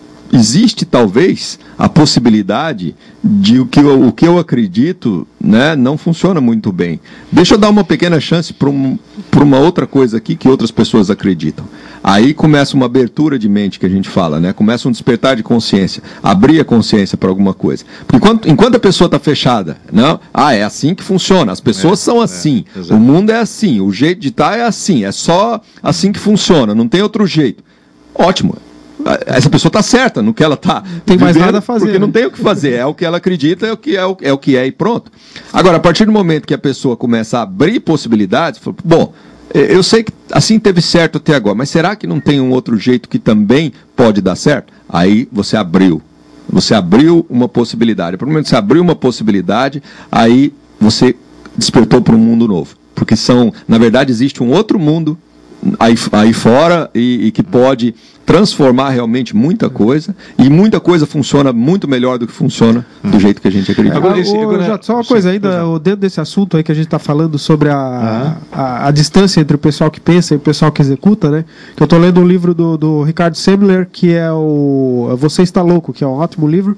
existe talvez a possibilidade de o que eu, o que eu acredito, né, não funciona muito bem. Deixa eu dar uma pequena chance para um, para uma outra coisa aqui que outras pessoas acreditam. Aí começa uma abertura de mente que a gente fala, né? Começa um despertar de consciência, abrir a consciência para alguma coisa. Porque enquanto, enquanto a pessoa está fechada, não, ah, é assim que funciona, as pessoas é, são assim, é, o mundo é assim, o jeito de estar é assim, é só assim que funciona, não tem outro jeito. Ótimo. Essa pessoa está certa no que ela está. Tem mais nada a fazer. Porque não tem o que fazer. É o que ela acredita, é o que é, o, é o que é e pronto. Agora, a partir do momento que a pessoa começa a abrir possibilidades, fala, bom, eu sei que assim teve certo até agora, mas será que não tem um outro jeito que também pode dar certo? Aí você abriu. Você abriu uma possibilidade. A partir do momento que você abriu uma possibilidade, aí você despertou para um mundo novo. Porque são, na verdade, existe um outro mundo aí, aí fora e, e que pode transformar realmente muita coisa, e muita coisa funciona muito melhor do que funciona do jeito que a gente acredita. Agora, esse, agora, já, só uma coisa ainda, dentro desse assunto aí que a gente está falando sobre a, a, a, a distância entre o pessoal que pensa e o pessoal que executa, né? Que eu estou lendo um livro do, do Ricardo Semler, que é o Você Está Louco, que é um ótimo livro.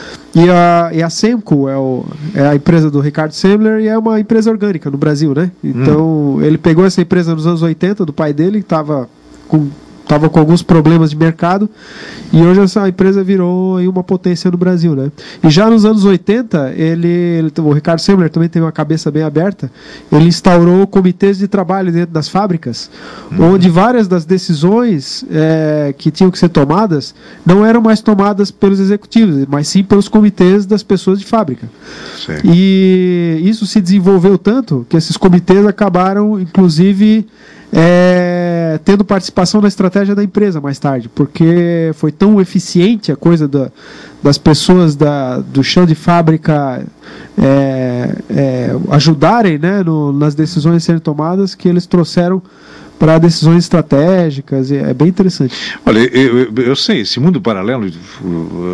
E a, e a Semco é, o, é a empresa do Ricardo Semler e é uma empresa orgânica no Brasil, né? Então, hum. ele pegou essa empresa nos anos oitenta, do pai dele, que estava com... estava com alguns problemas de mercado, e hoje essa empresa virou aí uma potência no Brasil, né? E já nos anos oitenta, ele, ele, o Ricardo Semler também tem uma cabeça bem aberta, ele instaurou comitês de trabalho dentro das fábricas, uhum. onde várias das decisões é, que tinham que ser tomadas não eram mais tomadas pelos executivos, mas sim pelos comitês das pessoas de fábrica. Sim. E isso se desenvolveu tanto que esses comitês acabaram, inclusive, É, tendo participação na estratégia da empresa mais tarde, porque foi tão eficiente a coisa da, das pessoas da, do chão de fábrica é, é, ajudarem, né, no, nas decisões serem tomadas, que eles trouxeram para decisões estratégicas. É bem interessante. Olha, eu, eu, eu sei, esse mundo paralelo, o,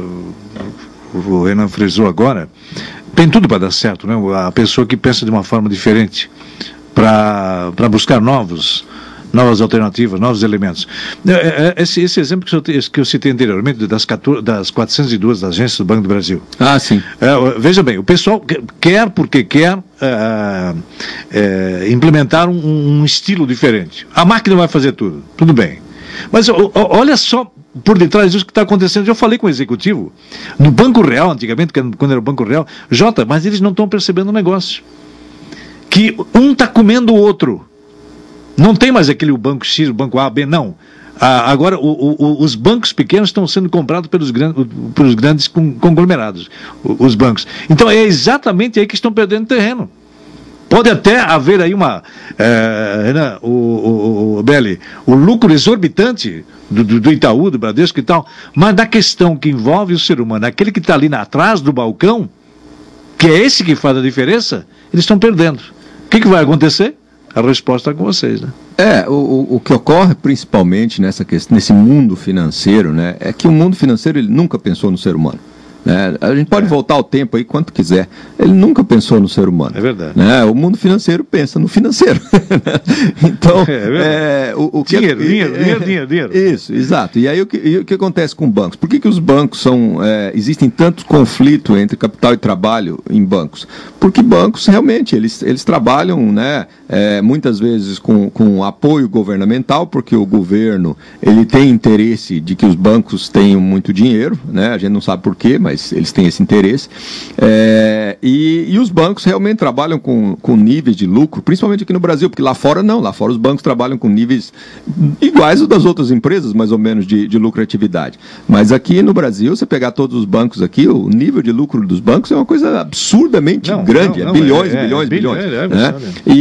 o, o Renan frisou agora, tem tudo para dar certo, né? A pessoa que pensa de uma forma diferente para buscar novos, novas alternativas, novos elementos. Esse, esse exemplo que eu, que eu citei anteriormente, das, quatorze, das quatrocentas e duas agências do Banco do Brasil. Ah, sim. É, veja bem, o pessoal quer, porque quer, é, é, implementar um, um estilo diferente. A máquina vai fazer tudo, tudo bem. Mas olha só por detrás disso que está acontecendo. Eu falei com o executivo, no Banco Real, antigamente, quando era o Banco Real, Jota, mas eles não estão percebendo o negócio. Que um está comendo o outro. Não tem mais aquele banco X, o banco A, B, não. Ah, agora, o, o, os bancos pequenos estão sendo comprados pelos, gran, pelos grandes conglomerados, os bancos. Então, é exatamente aí que estão perdendo terreno. Pode até haver aí uma... É, Renan, o, o, o Belli, o lucro exorbitante do, do, do Itaú, do Bradesco e tal, mas da questão que envolve o ser humano, aquele que está ali atrás do balcão, que é esse que faz a diferença, eles estão perdendo. O que, que vai acontecer? A resposta é com vocês, né? É, o, o que ocorre principalmente nessa questão, nesse mundo financeiro, né, é que o mundo financeiro ele nunca pensou no ser humano. né? A gente pode é. voltar ao tempo aí quanto quiser. Ele nunca pensou no ser humano. É verdade. Né? O mundo financeiro pensa no financeiro. Então, é, é, o, o que dinheiro, é, dinheiro, é, dinheiro, dinheiro, dinheiro. Isso, exato. E aí o que, e o que acontece com bancos? Por que, que os bancos são. É, existem tantos conflitos entre capital e trabalho em bancos? Porque bancos realmente eles, eles trabalham, né, é, muitas vezes com, com apoio governamental, porque o governo ele tem interesse de que os bancos tenham muito dinheiro, né? A gente não sabe por quê, mas eles têm esse interesse. É, e, e os bancos realmente trabalham com, com níveis de lucro, principalmente aqui no Brasil, porque lá fora não, lá fora os bancos trabalham com níveis iguais aos das outras empresas, mais ou menos, de, de lucratividade. Mas aqui no Brasil, você pegar todos os bancos aqui, o nível de lucro dos bancos é uma coisa absurdamente não, grande, não, não, é bilhões, é, bilhões, é, bilhões. É, é, né? e,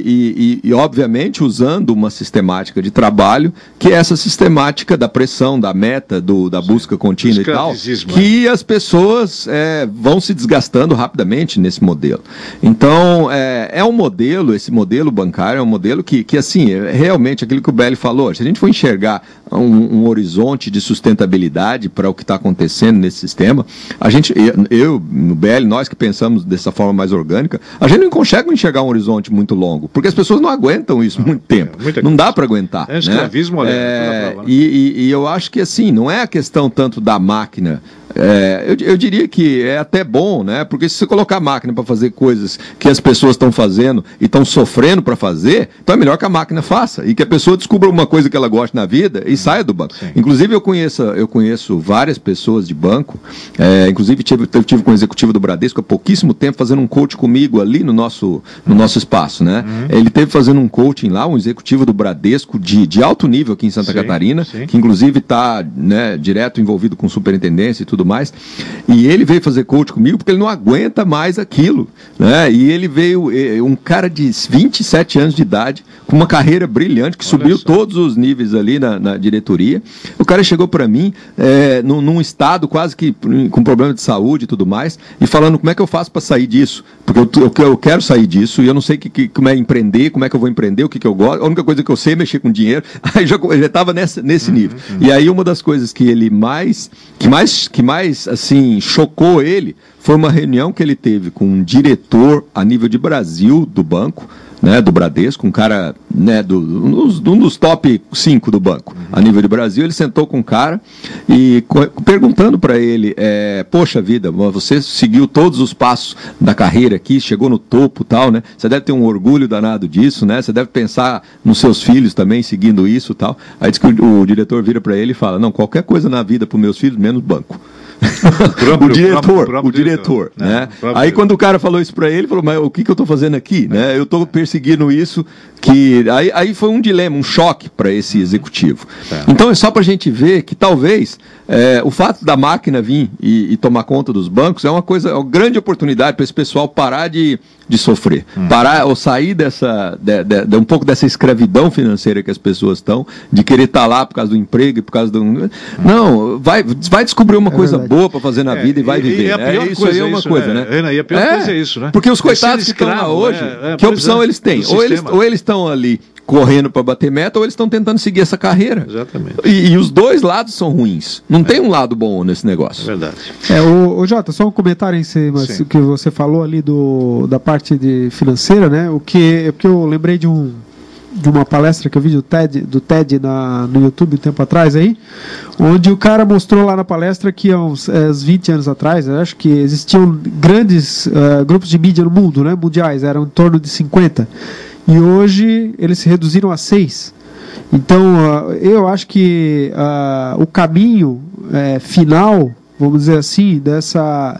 e, e, e, obviamente, usando uma sistemática de trabalho, que é essa sistemática da pressão, da meta, do, da busca contínua e tal, que as pessoas é, vão se desgastando rapidamente nesse modelo. Então, é, é um modelo, esse modelo bancário é um modelo que, que assim, é realmente aquilo que o Belli falou, se a gente for enxergar um, um horizonte de sustentabilidade para o que está acontecendo nesse sistema, a gente, eu, no Belli, nós que pensamos dessa forma mais orgânica, a gente não consegue enxergar um horizonte muito longo, porque as pessoas não aguentam isso muito tempo. É, não dá para aguentar. É escravismo, né? é, prova, né? e, e, e eu acho que assim, não é a questão tanto da máquina. É, eu, eu diria que é até bom, né? Porque se você colocar a máquina para fazer coisas que as pessoas estão fazendo e estão sofrendo para fazer, então é melhor que a máquina faça e que a pessoa descubra uma coisa que ela gosta na vida e saia do banco. Sim. Inclusive, eu conheço, eu conheço várias pessoas de banco, é, inclusive tive, eu tive com o executivo do Bradesco há pouquíssimo tempo fazendo um coach comigo ali no nosso, no nosso espaço, né? Uhum. Ele teve fazendo um coaching lá, um executivo do Bradesco de, de alto nível aqui em Santa sim, Catarina, sim. que inclusive está, né, direto envolvido com superintendência e tudo mais, e ele veio fazer coach comigo porque ele não aguenta mais aquilo, né? E ele veio, um cara de vinte e sete anos de idade, com uma carreira brilhante, que Olha subiu só. todos os níveis ali na, na diretoria. O cara chegou para mim, é, num, num estado quase que com problema de saúde e tudo mais, e falando como é que eu faço para sair disso, porque eu, eu, eu quero sair disso, e eu não sei que, que, como é empreender, como é que eu vou empreender, o que, que eu gosto, a única coisa que eu sei é mexer com dinheiro. Aí já estava nesse, nesse uhum, nível. Uhum. E aí uma das coisas que ele mais, que mais, que mais assim, chocou ele, foi uma reunião que ele teve com um diretor a nível de Brasil do banco, né, do Bradesco, um cara, né, do, um, um dos top cinco do banco, uhum. a nível de Brasil. Ele sentou com um cara e co- perguntando para ele, é, poxa vida, você seguiu todos os passos da carreira aqui, chegou no topo e tal, né? Você deve ter um orgulho danado disso, né? Você deve pensar nos seus filhos também seguindo isso e tal. Aí diz que o, o diretor vira para ele e fala, não, qualquer coisa na vida para os meus filhos, menos banco. Próprio, o diretor, próprio, próprio o diretor, diretor né? Aí diretor. Quando o cara falou isso para ele, ele falou, mas o que, que eu estou fazendo aqui, é. né? Eu estou perseguindo isso, que aí, aí foi um dilema, um choque para esse executivo. É. Então é só para a gente ver que talvez é, o fato da máquina vir e, e tomar conta dos bancos é uma coisa, é uma grande oportunidade para esse pessoal parar de, de sofrer, hum. parar ou sair dessa, de, de, de um pouco dessa escravidão financeira que as pessoas estão, de querer estar lá por causa do emprego e por causa do... Hum. Não, vai, vai descobrir uma é coisa verdade. boa para fazer na vida é, e vai viver. E, e né? Isso aí é uma isso, coisa, né? né? Ana, e a pior é, coisa é isso, né? Porque os coitados que estão lá hoje, é, é, que opção é, eles têm? Ou eles, ou eles estão ali correndo para bater meta, ou eles estão tentando seguir essa carreira. Exatamente. E, e os dois lados são ruins. Não é. tem um lado bom nesse negócio. É verdade. É, o, o Jota, só um comentário em cima do que você falou ali do, da parte de financeira, né? O que, porque eu lembrei de um de uma palestra que eu vi do TED, do TED na, no YouTube um tempo atrás aí, onde o cara mostrou lá na palestra que há uns, é, uns vinte anos atrás, eu acho que existiam grandes uh, grupos de mídia no mundo, né, mundiais, eram em torno de cinquenta, e hoje eles se reduziram a seis. Então, uh, eu acho que uh, o caminho uh, final, vamos dizer assim, dessa...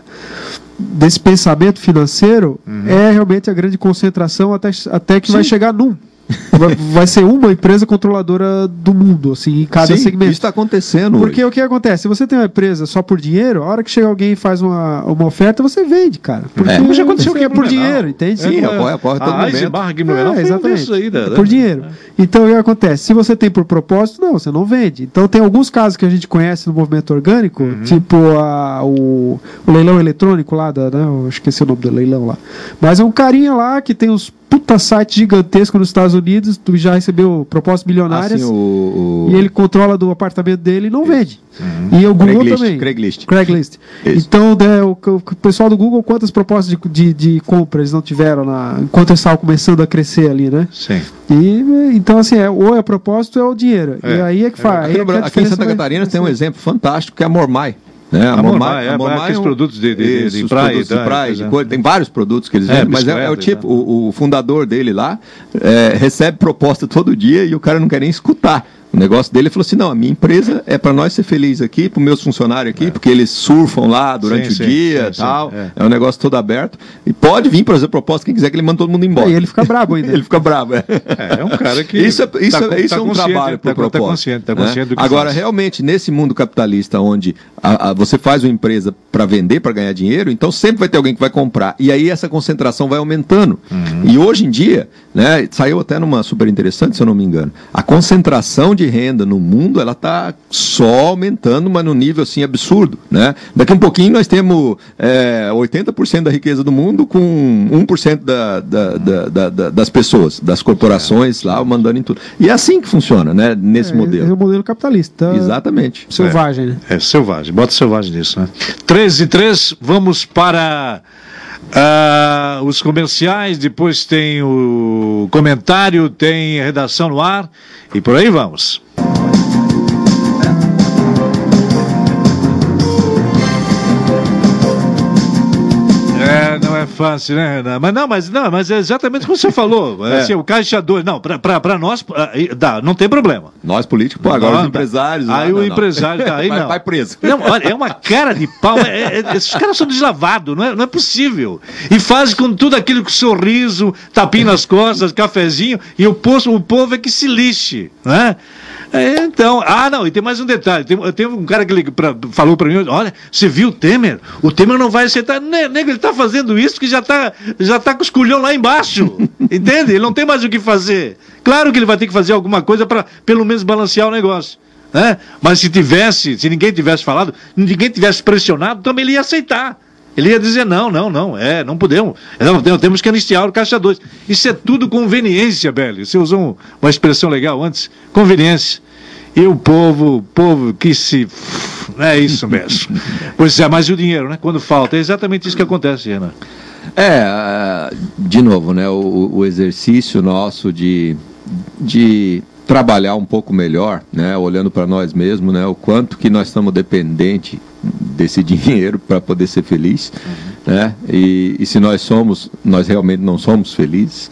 desse pensamento financeiro uhum. é realmente a grande concentração até, até que Sim. vai chegar num. Vai, vai ser uma empresa controladora do mundo, assim, em cada Sim, segmento. Isso está acontecendo. Porque hoje. o que acontece? Se você tem uma empresa só por dinheiro, a hora que chega alguém e faz uma, uma oferta, você vende, cara. Porque é. já aconteceu que é por dinheiro, entende? Sim, é, ocorre todo momento. Barra aqui no é, exatamente. Aí, né? É por dinheiro. Então, o que acontece? Se você tem por propósito, não, você não vende. Então, tem alguns casos que a gente conhece no movimento orgânico, uhum. tipo a, o, o leilão eletrônico lá, da, né, eu esqueci o nome do leilão lá. Mas é um carinha lá que tem os puta site gigantesco nos Estados Unidos, tu já recebeu propostas milionárias, assim, o, o... e ele controla do apartamento dele e não vende. Uhum. E o Google Craigslist, também. Craigslist. Craigslist. Então, né, o, o pessoal do Google, quantas propostas de, de, de compra eles não tiveram na, enquanto eles estavam começando a crescer ali, né? Sim. E, então, assim, é, ou é propósito ou é o dinheiro. É. E aí é que faz. Aqui, no, é aqui em Santa Catarina tem um exemplo fantástico, que é a Mormai. Né? A, a Mormai, é, a Mormai é um, produtos de, de, isso, de praia, produtos da, de praia da, de coisa, tem vários produtos que eles vendem, é, mas é, é o tipo, o, o fundador dele lá é, recebe proposta todo dia e o cara não quer nem escutar. O negócio dele falou assim, não, a minha empresa é para nós ser felizes aqui, para os meus funcionários aqui, é. porque eles surfam lá durante sim, o sim, dia e tal, sim, é. é um negócio todo aberto, e pode vir para fazer proposta, quem quiser que ele manda todo mundo embora. E ele fica brabo ainda. Ele fica brabo, é. É, é um cara que... Isso é, isso tá, é, isso tá é um trabalho para o propósito. Tá consciente, tá consciente né? do que Agora, faz. realmente, nesse mundo capitalista, onde a, a, você faz uma empresa para vender, para ganhar dinheiro, então sempre vai ter alguém que vai comprar, e aí essa concentração vai aumentando. Uhum. E hoje em dia, né, saiu até numa super interessante, se eu não me engano, a concentração de renda no mundo mundo, ela está só aumentando, mas num nível assim absurdo, né? Daqui um pouquinho nós temos é, oitenta por cento da riqueza do mundo com um por cento da, da, da, da, das pessoas, das corporações lá mandando em tudo. E é assim que funciona, né? Nesse é, modelo. É o modelo capitalista. Exatamente. Selvagem, né? É, é selvagem, bota selvagem nisso, né? treze e três, vamos para uh, os comerciais, depois tem o comentário, tem a redação no ar e por aí vamos. É, não é fácil, né, Renan? Mas não, mas não, mas é exatamente como você falou. É. Assim, o caixa dois, não, para nós dá, não tem problema. Nós políticos, pô, agora não, os empresários. Aí não, o não, empresário tá aí, vai, não. Vai preso. Não, olha, é uma cara de pau. É, é, esses caras são deslavados, não é, não é possível. E fazem com tudo aquilo com sorriso, tapinha nas costas, cafezinho, e o povo, o povo é que se lixe, né? É, então, ah não, e tem mais um detalhe, tem, tem um cara que ele pra, falou para mim, olha, você viu o Temer? O Temer não vai aceitar, nego, ele está fazendo isso porque já está já tá com os culhão lá embaixo, entende? Ele não tem mais o que fazer, claro que ele vai ter que fazer alguma coisa para pelo menos balancear o negócio, né? Mas se tivesse, se ninguém tivesse falado, ninguém tivesse pressionado, também ele ia aceitar. Ele ia dizer, não, não, não, é, não podemos, não, temos que anistiar o Caixa dois. Isso é tudo conveniência, Beli. Você usou um, uma expressão legal antes, conveniência. E o povo, o povo que se... É isso mesmo. Pois é, mas e o dinheiro, né? Quando falta, é exatamente isso que acontece, Renan. É, de novo, né, o, o exercício nosso de... de trabalhar um pouco melhor, né, olhando para nós mesmos, né, o quanto que nós estamos dependentes desse dinheiro para poder ser feliz, uhum. né, e, e se nós somos, nós realmente não somos felizes,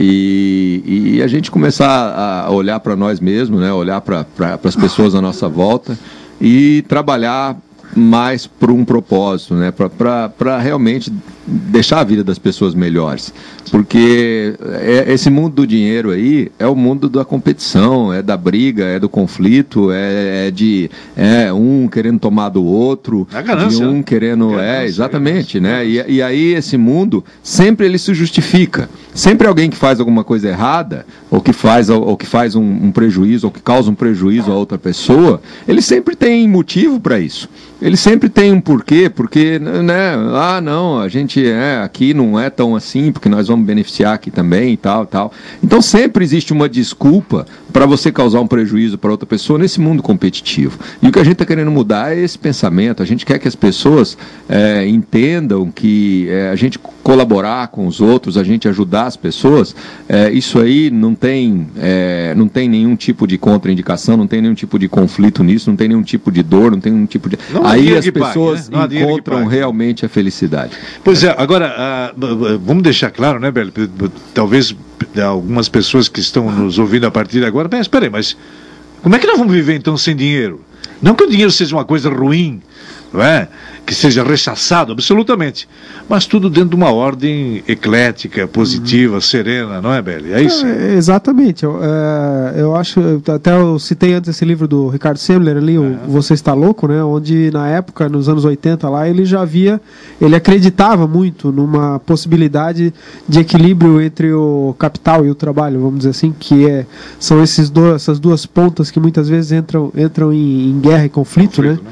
e, e a gente começar a olhar para nós mesmos, né, olhar para pra, as pessoas à nossa volta e trabalhar mais por um propósito, né, para realmente deixar a vida das pessoas melhores, porque é, esse mundo do dinheiro aí é o mundo da competição, é da briga, é do conflito, é, é de é um querendo tomar do outro, é ganância, de um querendo, ganância, é exatamente, é né, e, e aí esse mundo sempre ele se justifica, sempre alguém que faz alguma coisa errada, ou que faz, ou, ou que faz um, um prejuízo, ou que causa um prejuízo a outra pessoa, ele sempre tem motivo para isso. Ele sempre tem um porquê, porque, né, ah, não, a gente é, aqui não é tão assim, porque nós vamos beneficiar aqui também e tal, tal. Então sempre existe uma desculpa para você causar um prejuízo para outra pessoa nesse mundo competitivo. E o que a gente está querendo mudar é esse pensamento. A gente quer que as pessoas é, entendam que é, a gente colaborar com os outros, a gente ajudar as pessoas, é, isso aí não tem, é, não tem nenhum tipo de contraindicação, não tem nenhum tipo de conflito nisso, não tem nenhum tipo de dor, não tem nenhum tipo de... Não aí as pessoas pague, né? encontram realmente a felicidade. Pois é, agora, uh, vamos deixar claro, né, Beli? Talvez algumas pessoas que estão nos ouvindo a partir de agora, mas espera aí, mas como é que nós vamos viver então sem dinheiro? Não que o dinheiro seja uma coisa ruim, não é? Que seja rechaçado, absolutamente. Mas tudo dentro de uma ordem eclética, positiva, uhum. serena, não é, Beli? É isso? É, exatamente. Eu, é, eu acho, até eu citei antes esse livro do Ricardo Semler ali, é. o Você Está Louco, né? Onde na época, nos anos oitenta lá, ele já via, ele acreditava muito numa possibilidade de equilíbrio entre o capital e o trabalho, vamos dizer assim, que é, são esses do, essas duas pontas que muitas vezes entram, entram em, em guerra e conflito, conflito né? né?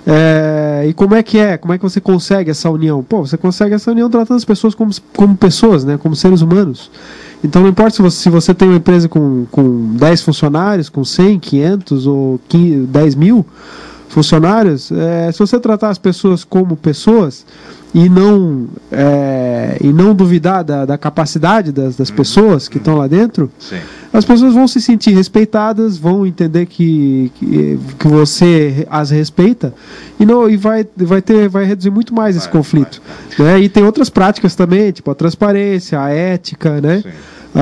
É, e como é que é? Como é que você consegue essa união? Pô, você consegue essa união tratando as pessoas como, como pessoas, né? Como seres humanos. Então não importa se você, se você tem uma empresa com, com dez funcionários, com cem, quinhentos ou quinze, dez mil funcionários, é, se você tratar as pessoas como pessoas e não, é, e não duvidar da, da capacidade das, das pessoas que estão lá dentro, Sim. as pessoas vão se sentir respeitadas, vão entender que, que, que você as respeita e, não, e vai, vai, ter, vai reduzir muito mais esse vai, conflito. Vai, vai. Né? E tem outras práticas também, tipo a transparência, a ética, né? Sim.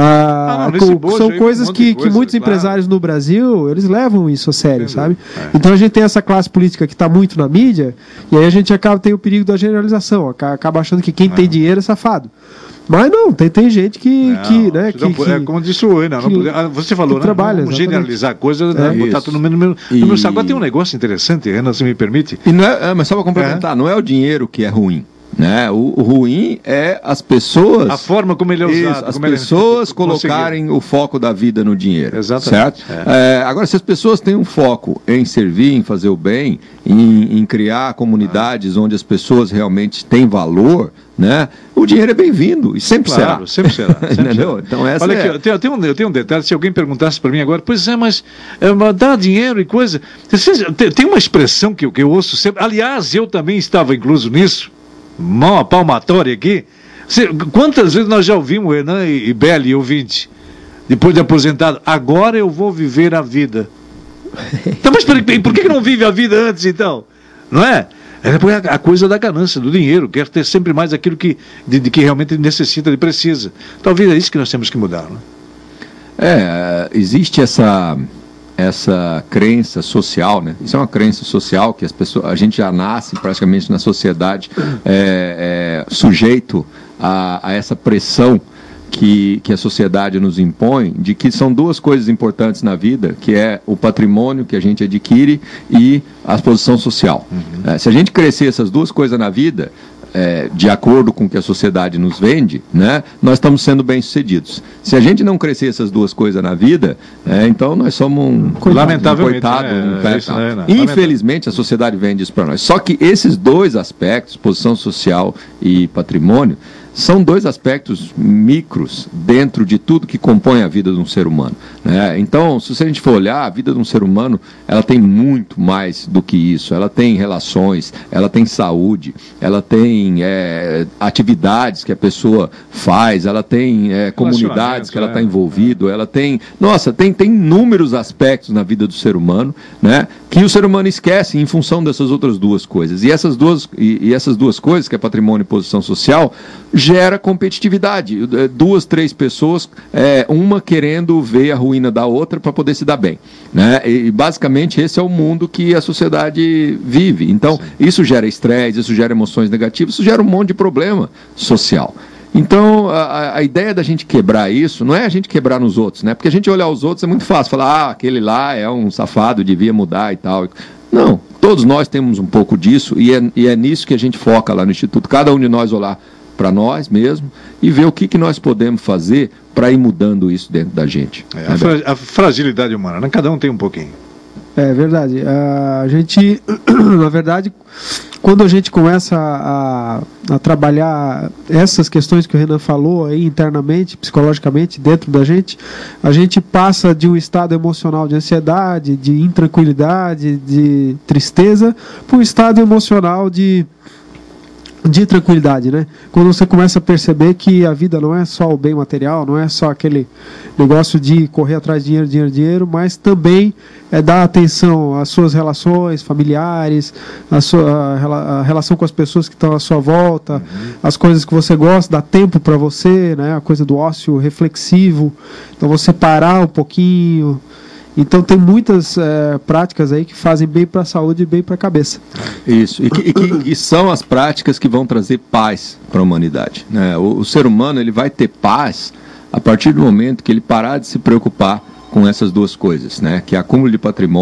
Ah, ah, não, co são coisas um que, coisa, que muitos claro. empresários no Brasil, eles levam isso a sério, Entendi. sabe? É. Então a gente tem essa classe política que está muito na mídia, e aí a gente acaba tem o perigo da generalização, acaba achando que quem é. tem dinheiro é safado. Mas não, tem, tem gente que, não, que, né, que, que... É como disse o Ana, você falou, né? Trabalha, não generalizar coisas, né? é, botar tudo no mesmo... E... Agora tem um negócio interessante, Ana, se me permite. E não é, é, mas só para complementar, é. não é o dinheiro que é ruim. Né? O, o ruim é as pessoas, a forma como ele é usado, isso, as pessoas ele... colocarem o foco da vida no dinheiro. Exatamente. Certo? É. É, agora, se as pessoas têm um foco em servir, em fazer o bem, em, em criar comunidades ah. onde as pessoas realmente têm valor, né? O dinheiro é bem-vindo e sempre claro, será. Sempre será. Sempre será. Então, essa Olha é... aqui, eu tenho, eu, tenho um, eu tenho um detalhe, se alguém perguntasse para mim agora, pois é, mas é, dá dinheiro e coisa. Tem uma expressão que, que eu ouço sempre, aliás, eu também estava incluso nisso, mão a palmatória aqui. Quantas vezes nós já ouvimos, Renan e, e Beli, ouvinte, depois de aposentado, agora eu vou viver a vida. Então, mas por, por que não vive a vida antes, então? Não é? É depois a, a coisa da ganância, do dinheiro, quer ter sempre mais aquilo que, de, de que realmente necessita e precisa. Talvez é isso que nós temos que mudar, não é? É, existe essa... essa crença social, né? Isso é uma crença social que as pessoas, a gente já nasce praticamente na sociedade é, é, sujeito a, a essa pressão que, que a sociedade nos impõe, de que são duas coisas importantes na vida, que é o patrimônio que a gente adquire e a posição social. Uhum. É, se a gente crescer essas duas coisas na vida, É, de acordo com o que a sociedade nos vende, né, nós estamos sendo bem-sucedidos. Se a gente não crescer essas duas coisas na vida, é, então nós somos um coitado. Lamentavelmente, um coitado, né? um pé, isso, né, não. Infelizmente, a sociedade vende isso para nós. Só que esses dois aspectos, posição social e patrimônio, são dois aspectos micros dentro de tudo que compõe a vida de um ser humano, né? Então, se a gente for olhar, a vida de um ser humano, ela tem muito mais do que isso. Ela tem relações, ela tem saúde, ela tem é, atividades que a pessoa faz, ela tem é, comunidades que ela está é, envolvido, é. ela tem... Nossa, tem, tem inúmeros aspectos na vida do ser humano, né, que o ser humano esquece em função dessas outras duas coisas. E essas duas, e, e essas duas coisas, que é patrimônio e posição social, gera competitividade. Duas, três pessoas, é, uma querendo ver a ruína da outra para poder se dar bem, né? E basicamente esse é o mundo que a sociedade vive. Então, sim, isso gera estresse, isso gera emoções negativas, isso gera um monte de problema social. Então, a, a ideia da gente quebrar isso não é a gente quebrar nos outros, né? Porque a gente olhar os outros é muito fácil, falar, ah, aquele lá é um safado, devia mudar e tal. Não, todos nós temos um pouco disso e é, e é nisso que a gente foca lá no Instituto. Cada um de nós olhar para nós mesmo e ver o que, que nós podemos fazer para ir mudando isso dentro da gente. É, a, fra a fragilidade humana, né? Cada um tem um pouquinho. É verdade. A gente, na verdade, quando a gente começa a, a trabalhar essas questões que o Renan falou aí internamente, psicologicamente, dentro da gente, a gente passa de um estado emocional de ansiedade, de intranquilidade, de tristeza, para um estado emocional de de tranquilidade, né? Quando você começa a perceber que a vida não é só o bem material, não é só aquele negócio de correr atrás de dinheiro, dinheiro, dinheiro, mas também é dar atenção às suas relações familiares, a sua a, a relação com as pessoas que estão à sua volta, uhum, as coisas que você gosta, dar tempo para você, né? A coisa do ócio reflexivo, então você parar um pouquinho. Então tem muitas é, práticas aí que fazem bem para a saúde e bem para a cabeça. Isso, e que, e que e são as práticas que vão trazer paz para a humanidade, né? O, o ser humano ele vai ter paz a partir do momento que ele parar de se preocupar com essas duas coisas, né? Que é acúmulo de patrimônio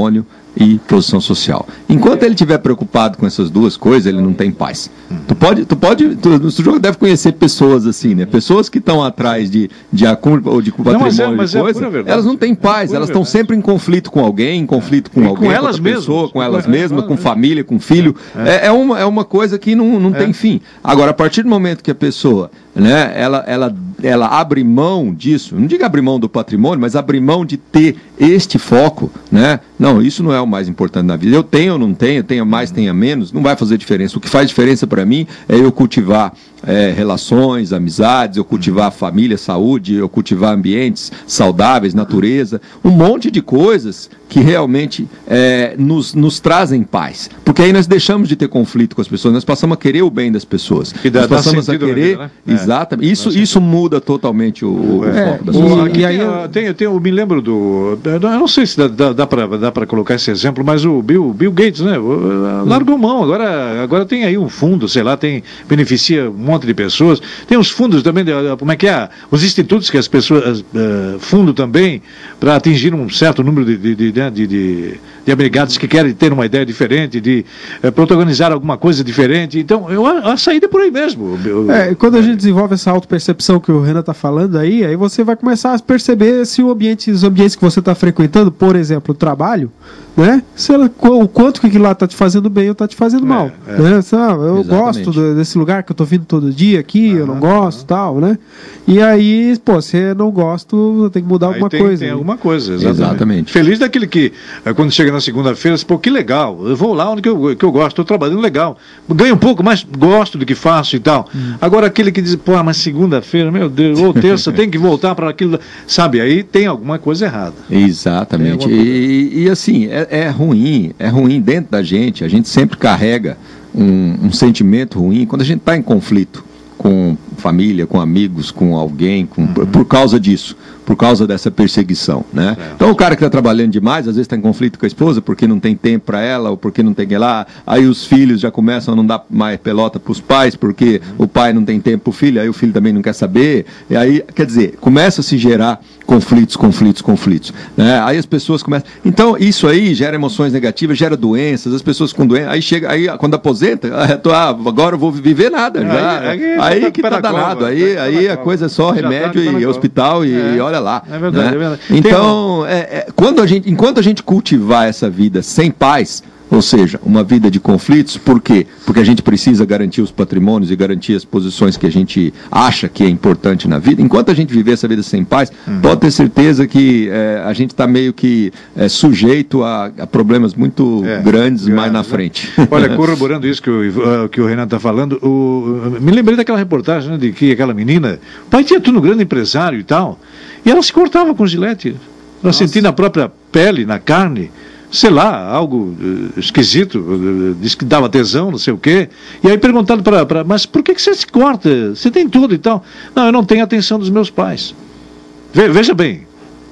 e posição social. Enquanto ele estiver preocupado com essas duas coisas, ele não tem paz. Tu pode, tu pode, tu, o jogo deve conhecer pessoas assim, né? Pessoas que estão atrás de, de acúmulo ou de patrimônio, não, mas é, mas de coisa, é elas não têm paz, é elas estão sempre em conflito com alguém, em conflito com e alguém, com elas com outra pessoa, mesmas. com elas mesmas, com família, com filho. É, é, uma, é uma coisa que não, não é. tem fim. Agora, a partir do momento que a pessoa, né, ela, ela, ela abre mão disso, não diga abrir mão do patrimônio, mas abrir mão de ter este foco, né? Não, isso não é o mais importante na vida. Eu tenho ou não tenho, tenha mais, tenha menos, não vai fazer diferença. O que faz diferença para mim é eu cultivar é, relações, amizades, eu cultivar a família, saúde, eu cultivar ambientes saudáveis, natureza, um monte de coisas que realmente é, nos, nos trazem paz. Porque aí nós deixamos de ter conflito com as pessoas, nós passamos a querer o bem das pessoas. E dá, nós passamos a querer... Vida, né? Exatamente. Isso, isso muda totalmente o, o é, foco da sociedade. E aí eu, tenho, tenho, eu me lembro do... Eu não sei se dá, dá, dá para dá para colocar esse exemplo, mas o Bill, Bill Gates, né? Largou mão, agora, agora tem aí um fundo, sei lá, tem, beneficia um monte de pessoas. Tem os fundos também, de, como é que é? Os institutos que as pessoas uh, fundam também para atingir um certo número de, de, de, de, de, de abrigados que querem ter uma ideia diferente, de uh, protagonizar alguma coisa diferente. Então, eu, a, a saída é por aí mesmo. Eu, é, quando a gente desenvolve essa autopercepção que o Renan está falando aí, aí você vai começar a perceber se o ambiente, os ambientes que você está frequentando, por exemplo, o trabalho, né? Se ela, o quanto que aquilo lá está te fazendo bem ou está te fazendo mal. É, é. Né? Sabe? Eu Exatamente. gosto do, desse lugar que eu estou vindo todo dia aqui, uhum, eu não gosto, uhum. tal, né? E aí, pô, se eu não gosto, tem que mudar aí alguma tem, coisa. Tem né? alguma coisa, exatamente. exatamente. Feliz daquele que, quando chega na segunda-feira, diz, pô, que legal, eu vou lá onde que eu, que eu gosto, estou trabalhando legal, ganho um pouco, mas gosto do que faço e tal. Hum. Agora aquele que diz, pô, mas segunda-feira, meu Deus, ou terça, tem que voltar para aquilo, sabe, aí tem alguma coisa errada. Exatamente. E, e assim, é, é ruim, é ruim dentro da gente, a gente sempre carrega um, um sentimento ruim quando a gente está em conflito com família, com amigos, com alguém, com, uhum. por, por causa disso, por causa dessa perseguição, né? É. Então o cara que está trabalhando demais, às vezes está em conflito com a esposa porque não tem tempo para ela, ou porque não tem que ir lá, aí os filhos já começam a não dar mais pelota para os pais, porque uhum. o pai não tem tempo para o filho, aí o filho também não quer saber, e aí, quer dizer, começa a se gerar conflitos, conflitos, conflitos, né? Aí as pessoas começam, então isso aí gera emoções negativas, gera doenças, as pessoas com doença, aí chega, aí quando aposenta, ah, agora eu vou viver nada, já, aí, aí, aí, aí que tá danado, aí, aí a coisa é só remédio e hospital e é. olha lá. É verdade, né? é verdade. Então, é, é, quando a gente, enquanto a gente cultivar essa vida sem paz, ou seja, uma vida de conflitos, por quê? Porque a gente precisa garantir os patrimônios e garantir as posições que a gente acha que é importante na vida. Enquanto a gente viver essa vida sem paz, uhum. pode ter certeza que é, a gente está meio que é, sujeito a, a problemas muito é, grandes grande, mais na frente. Olha, corroborando isso que o, uh, que o Renan está falando, o, me lembrei daquela reportagem, né, de que aquela menina, o pai tinha tudo um grande empresário e tal, e ela se cortava com gilete, ela sentia na própria pele, na carne, sei lá, algo uh, esquisito, uh, disse que dava tesão, não sei o quê. E aí perguntaram para ela, mas por que, que você se corta? Você tem tudo e tal. Não, eu não tenho a atenção dos meus pais. Ve, veja bem,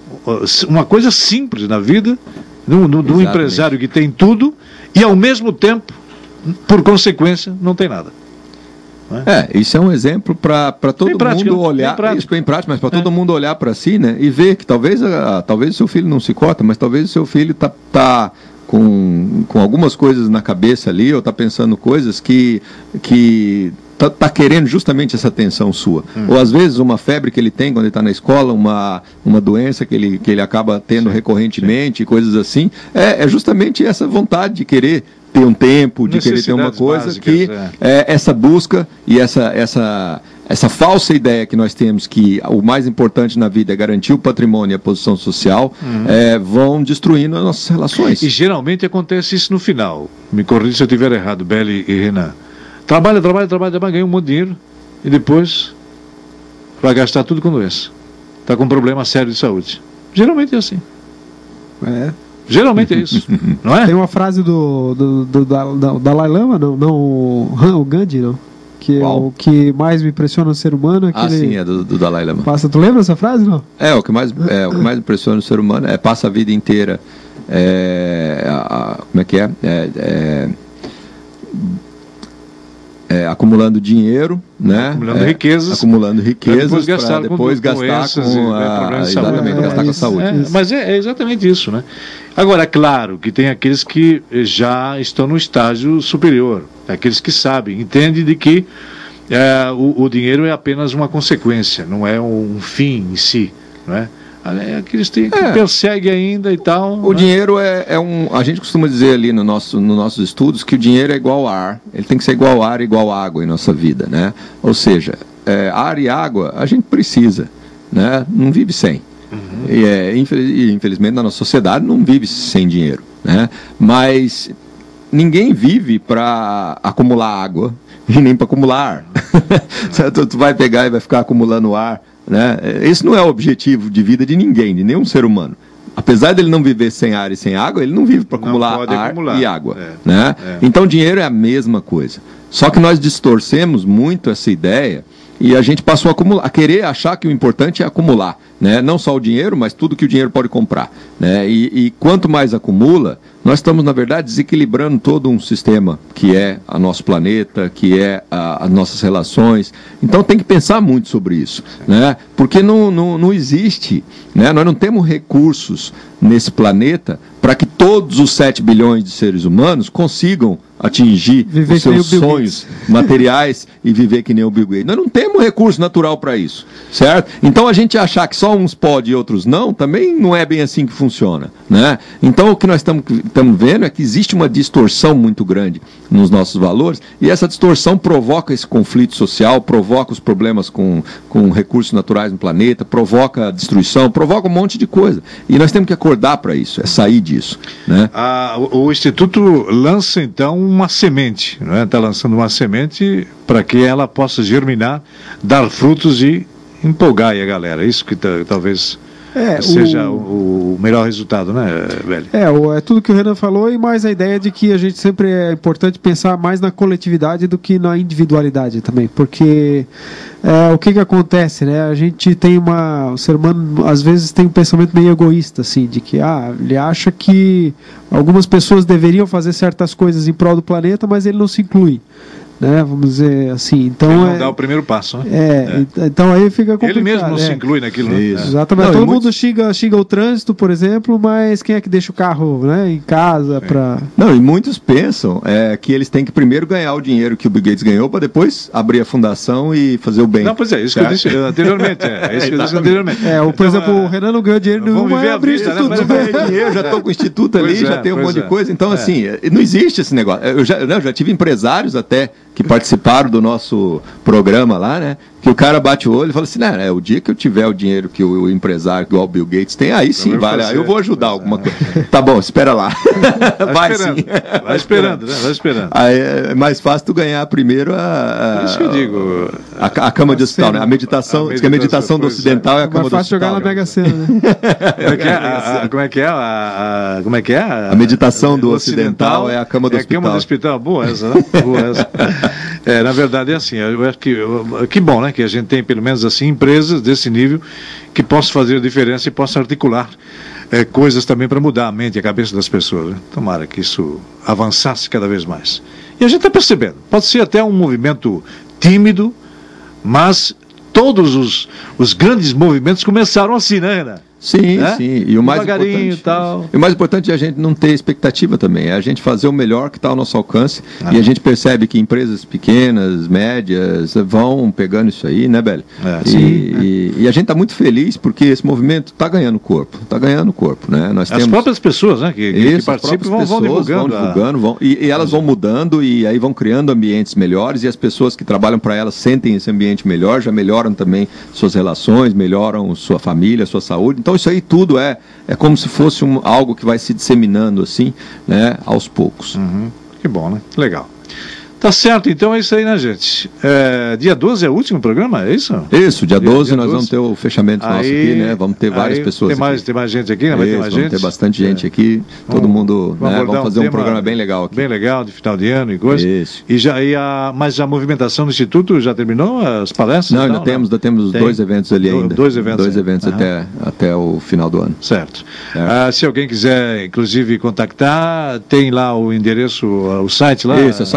uma coisa simples na vida, do, do, do empresário que tem tudo e ao mesmo tempo, por consequência, não tem nada. É, isso é um exemplo para todo prática, mundo olhar, isso bem prático, mas para é. todo mundo olhar para si, né, e ver que talvez, a, talvez o seu filho não se corta, mas talvez o seu filho tá, tá com, com algumas coisas na cabeça ali, ou tá pensando coisas que, que tá, tá querendo justamente essa atenção sua. Hum. Ou às vezes uma febre que ele tem quando ele está na escola, uma, uma doença que ele, que ele acaba tendo sim, recorrentemente, sim. coisas assim, é, é justamente essa vontade de querer ter um tempo, de querer ter uma coisa básicas, que é. É, essa busca e essa, essa, essa falsa ideia que nós temos que o mais importante na vida é garantir o patrimônio e a posição social, uhum. é, vão destruindo as nossas relações. E geralmente acontece isso no final. Me corrija se eu estiver errado, Beli e Renan. Trabalha, trabalha, trabalha, trabalha, ganha um monte de dinheiro e depois vai gastar tudo com doença. Está com um problema sério de saúde. Geralmente é assim. É. Geralmente é isso, não é? Tem uma frase do, do, do, da, da Dalai Lama, não, não o, o Gandhi, não, que Uau. é o que mais me impressiona no ser humano. É que ah, ele sim, é do, do Dalai Lama. Passa, tu lembra essa frase, não? É, o que mais, é, o que mais impressiona no ser humano é passa a vida inteira, é, a, a, como é que é? é, é é, acumulando dinheiro, né? Acumulando é, riquezas. Acumulando riquezas para depois gastar com, com a, né, exatamente, é, gastar é, com a saúde. É, mas é, é exatamente isso, né? Agora, é claro que tem aqueles que já estão no estágio superior, aqueles que sabem, entendem de que é, o, o dinheiro é apenas uma consequência, não é um, um fim em si, não é? Aqueles que é. perseguem ainda e tal. O né? dinheiro é, é um. A gente costuma dizer ali no nosso, nos nossos estudos que o dinheiro é igual ao ar. Ele tem que ser igual ao ar, igual à água em nossa vida, né? Ou seja, é, ar e água a gente precisa, né? Não vive sem. Uhum. E, é, infeliz, infelizmente na nossa sociedade não vive sem dinheiro, né? Mas ninguém vive para acumular água e nem para acumular ar. tu, tu vai pegar e vai ficar acumulando ar. Né? Esse não é o objetivo de vida de ninguém, de nenhum ser humano. Apesar dele não viver sem ar e sem água, ele não vive para acumular ar acumular. e água. É, né? É. Então, dinheiro é a mesma coisa. Só que nós distorcemos muito essa ideia e a gente passou a, acumular, a querer achar que o importante é acumular. Né? Não só o dinheiro, mas tudo que o dinheiro pode comprar. Né? E, e quanto mais acumula, nós estamos, na verdade, desequilibrando todo um sistema que é o nosso planeta, que é a, as nossas relações. Então tem que pensar muito sobre isso, né? Porque não, não, não existe, né? Nós não temos recursos nesse planeta para que todos os sete bilhões de seres humanos consigam atingir viver os seus sonhos materiais e viver que nem o Bill Gates. Nós não temos recurso natural para isso, certo? Então a gente achar que só uns podem e outros não, também não é bem assim que funciona, né? Então o que nós estamos vendo é que existe uma distorção muito grande nos nossos valores e essa distorção provoca esse conflito social, provoca os problemas com, com recursos naturais no planeta, provoca a destruição, provoca um monte de coisa. E nós temos que acordar para isso, é sair disso, né? Ah, o, o Instituto lança então uma semente, não é? Está lançando uma semente para que ela possa germinar, dar frutos e empolgar aí a galera. Isso que talvez é, seja o... o melhor resultado, né, velho? É, o, é tudo que o Renan falou e mais a ideia de que a gente sempre é importante pensar mais na coletividade do que na individualidade também, porque é, o que que acontece, né? A gente tem uma... O ser humano às vezes tem um pensamento meio egoísta, assim, de que ah, ele acha que algumas pessoas deveriam fazer certas coisas em prol do planeta, mas ele não se inclui. Né, vamos dizer assim, então ele não é, dá o primeiro passo, né? É, é. Então aí fica complicado. Ele mesmo não é. se inclui naquilo, né? Isso. Exatamente. Não, Todo mundo muitos... xinga, xinga o trânsito, por exemplo, mas quem é que deixa o carro, né, em casa? É. Pra... Não, e muitos pensam é, que eles têm que primeiro ganhar o dinheiro que o Bill Gates ganhou para depois abrir a fundação e fazer o bem. Não, pois é, isso certo? que eu disse anteriormente. É, é isso que eu disse anteriormente. É, ou, por então, exemplo, o Renan não ganhou dinheiro nenhum, mas abrir vida, instituto. Né? Mas dinheiro, já estou com o instituto ali, pois já é, tem um monte é. de coisa. Então, é. assim, não existe esse negócio. Eu já, não, eu já tive empresários até que participaram do nosso programa lá, né? Que o cara bate o olho e fala assim, né, é o dia que eu tiver o dinheiro que o, o empresário, igual o Bill Gates tem, aí sim, vale, aí eu vou ajudar alguma coisa. Tá bom, espera lá. Vai, vai sim. Vai esperando, né? Vai esperando. Aí é mais fácil tu ganhar primeiro a... a isso que eu digo. A, a cama de hospital, né? A meditação, a meditação, a meditação do ocidental é, é a cama do hospital. É mais fácil jogar na Mega Sena, né? Como é que é? A, a, como é que é? A, a meditação do ocidental, ocidental é a cama do é hospital. É a cama do hospital. Boa essa, né? Boa essa. É, na verdade é assim, eu acho que, que bom, né? Que a gente tem pelo menos assim empresas desse nível que possam fazer a diferença e possam articular é, coisas também para mudar a mente e a cabeça das pessoas, né? Tomara que isso avançasse cada vez mais. E a gente está percebendo, pode ser até um movimento tímido, mas todos os, os grandes movimentos começaram assim, né, Renan? Sim, é? sim. E o mais importante, e tal. E o mais importante é a gente não ter expectativa também, é a gente fazer o melhor que está ao nosso alcance. Ah. E a gente percebe que empresas pequenas, médias, vão pegando isso aí, né, Beli? É, e, sim, e, é. e a gente está muito feliz porque esse movimento está ganhando corpo, está ganhando corpo, né? Nós As temos... próprias pessoas, né, que, isso, que participam vão, vão divulgando. Vão divulgando vão, e, e elas vão mudando e aí vão criando ambientes melhores e as pessoas que trabalham para elas sentem esse ambiente melhor, já melhoram também suas relações, melhoram sua família, sua saúde. Então isso aí tudo é, é como se fosse um, algo que vai se disseminando assim, né, aos poucos. Uhum. Que bom, né? Legal. Tá certo, então é isso aí, né, gente? É, dia doze é o último programa, é isso? Isso, dia doze dia, dia nós doze. Vamos ter o fechamento aí, nosso aqui, né? Vamos ter várias pessoas tem mais, aqui. Tem mais gente aqui, né? Vai isso, ter mais vamos gente? ter bastante gente é. aqui, todo vamos, mundo, vamos, né? Vamos fazer um, um programa bem legal aqui. Bem legal, de final de ano e coisa. Isso. E já, e a, mas a movimentação do Instituto já terminou, as palestras? Não, ainda temos, ainda temos tem? dois eventos ali ainda. Dois eventos. Dois eventos até, até o final do ano. Certo. Ah, se alguém quiser, inclusive, contactar, tem lá o endereço, o site lá? Isso, é só entrar no nosso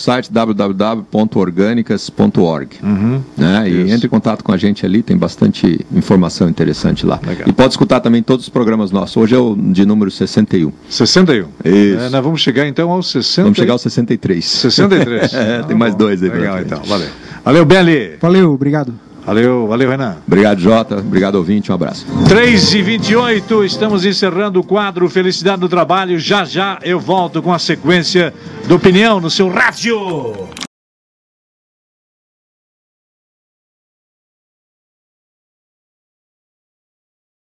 site w w w ponto orgânicas ponto org. Uhum. Né? E entre em contato com a gente ali, tem bastante informação interessante lá. Legal. E pode escutar também todos os programas nossos. Hoje é o de número sessenta e um. sessenta e um. Isso. É, nós vamos chegar então aos sessenta. Vamos chegar aos sessenta e três. sessenta e três. É, ah, tem mais bom. dois aí. Legal, então. Valeu. Valeu, Belli. Valeu, obrigado. Valeu, valeu, Renan. Obrigado, Jota. Obrigado, ouvinte. Um abraço. três e vinte e oito, estamos encerrando o quadro Felicidade no Trabalho. Já já eu volto com a sequência do Opinião no seu rádio.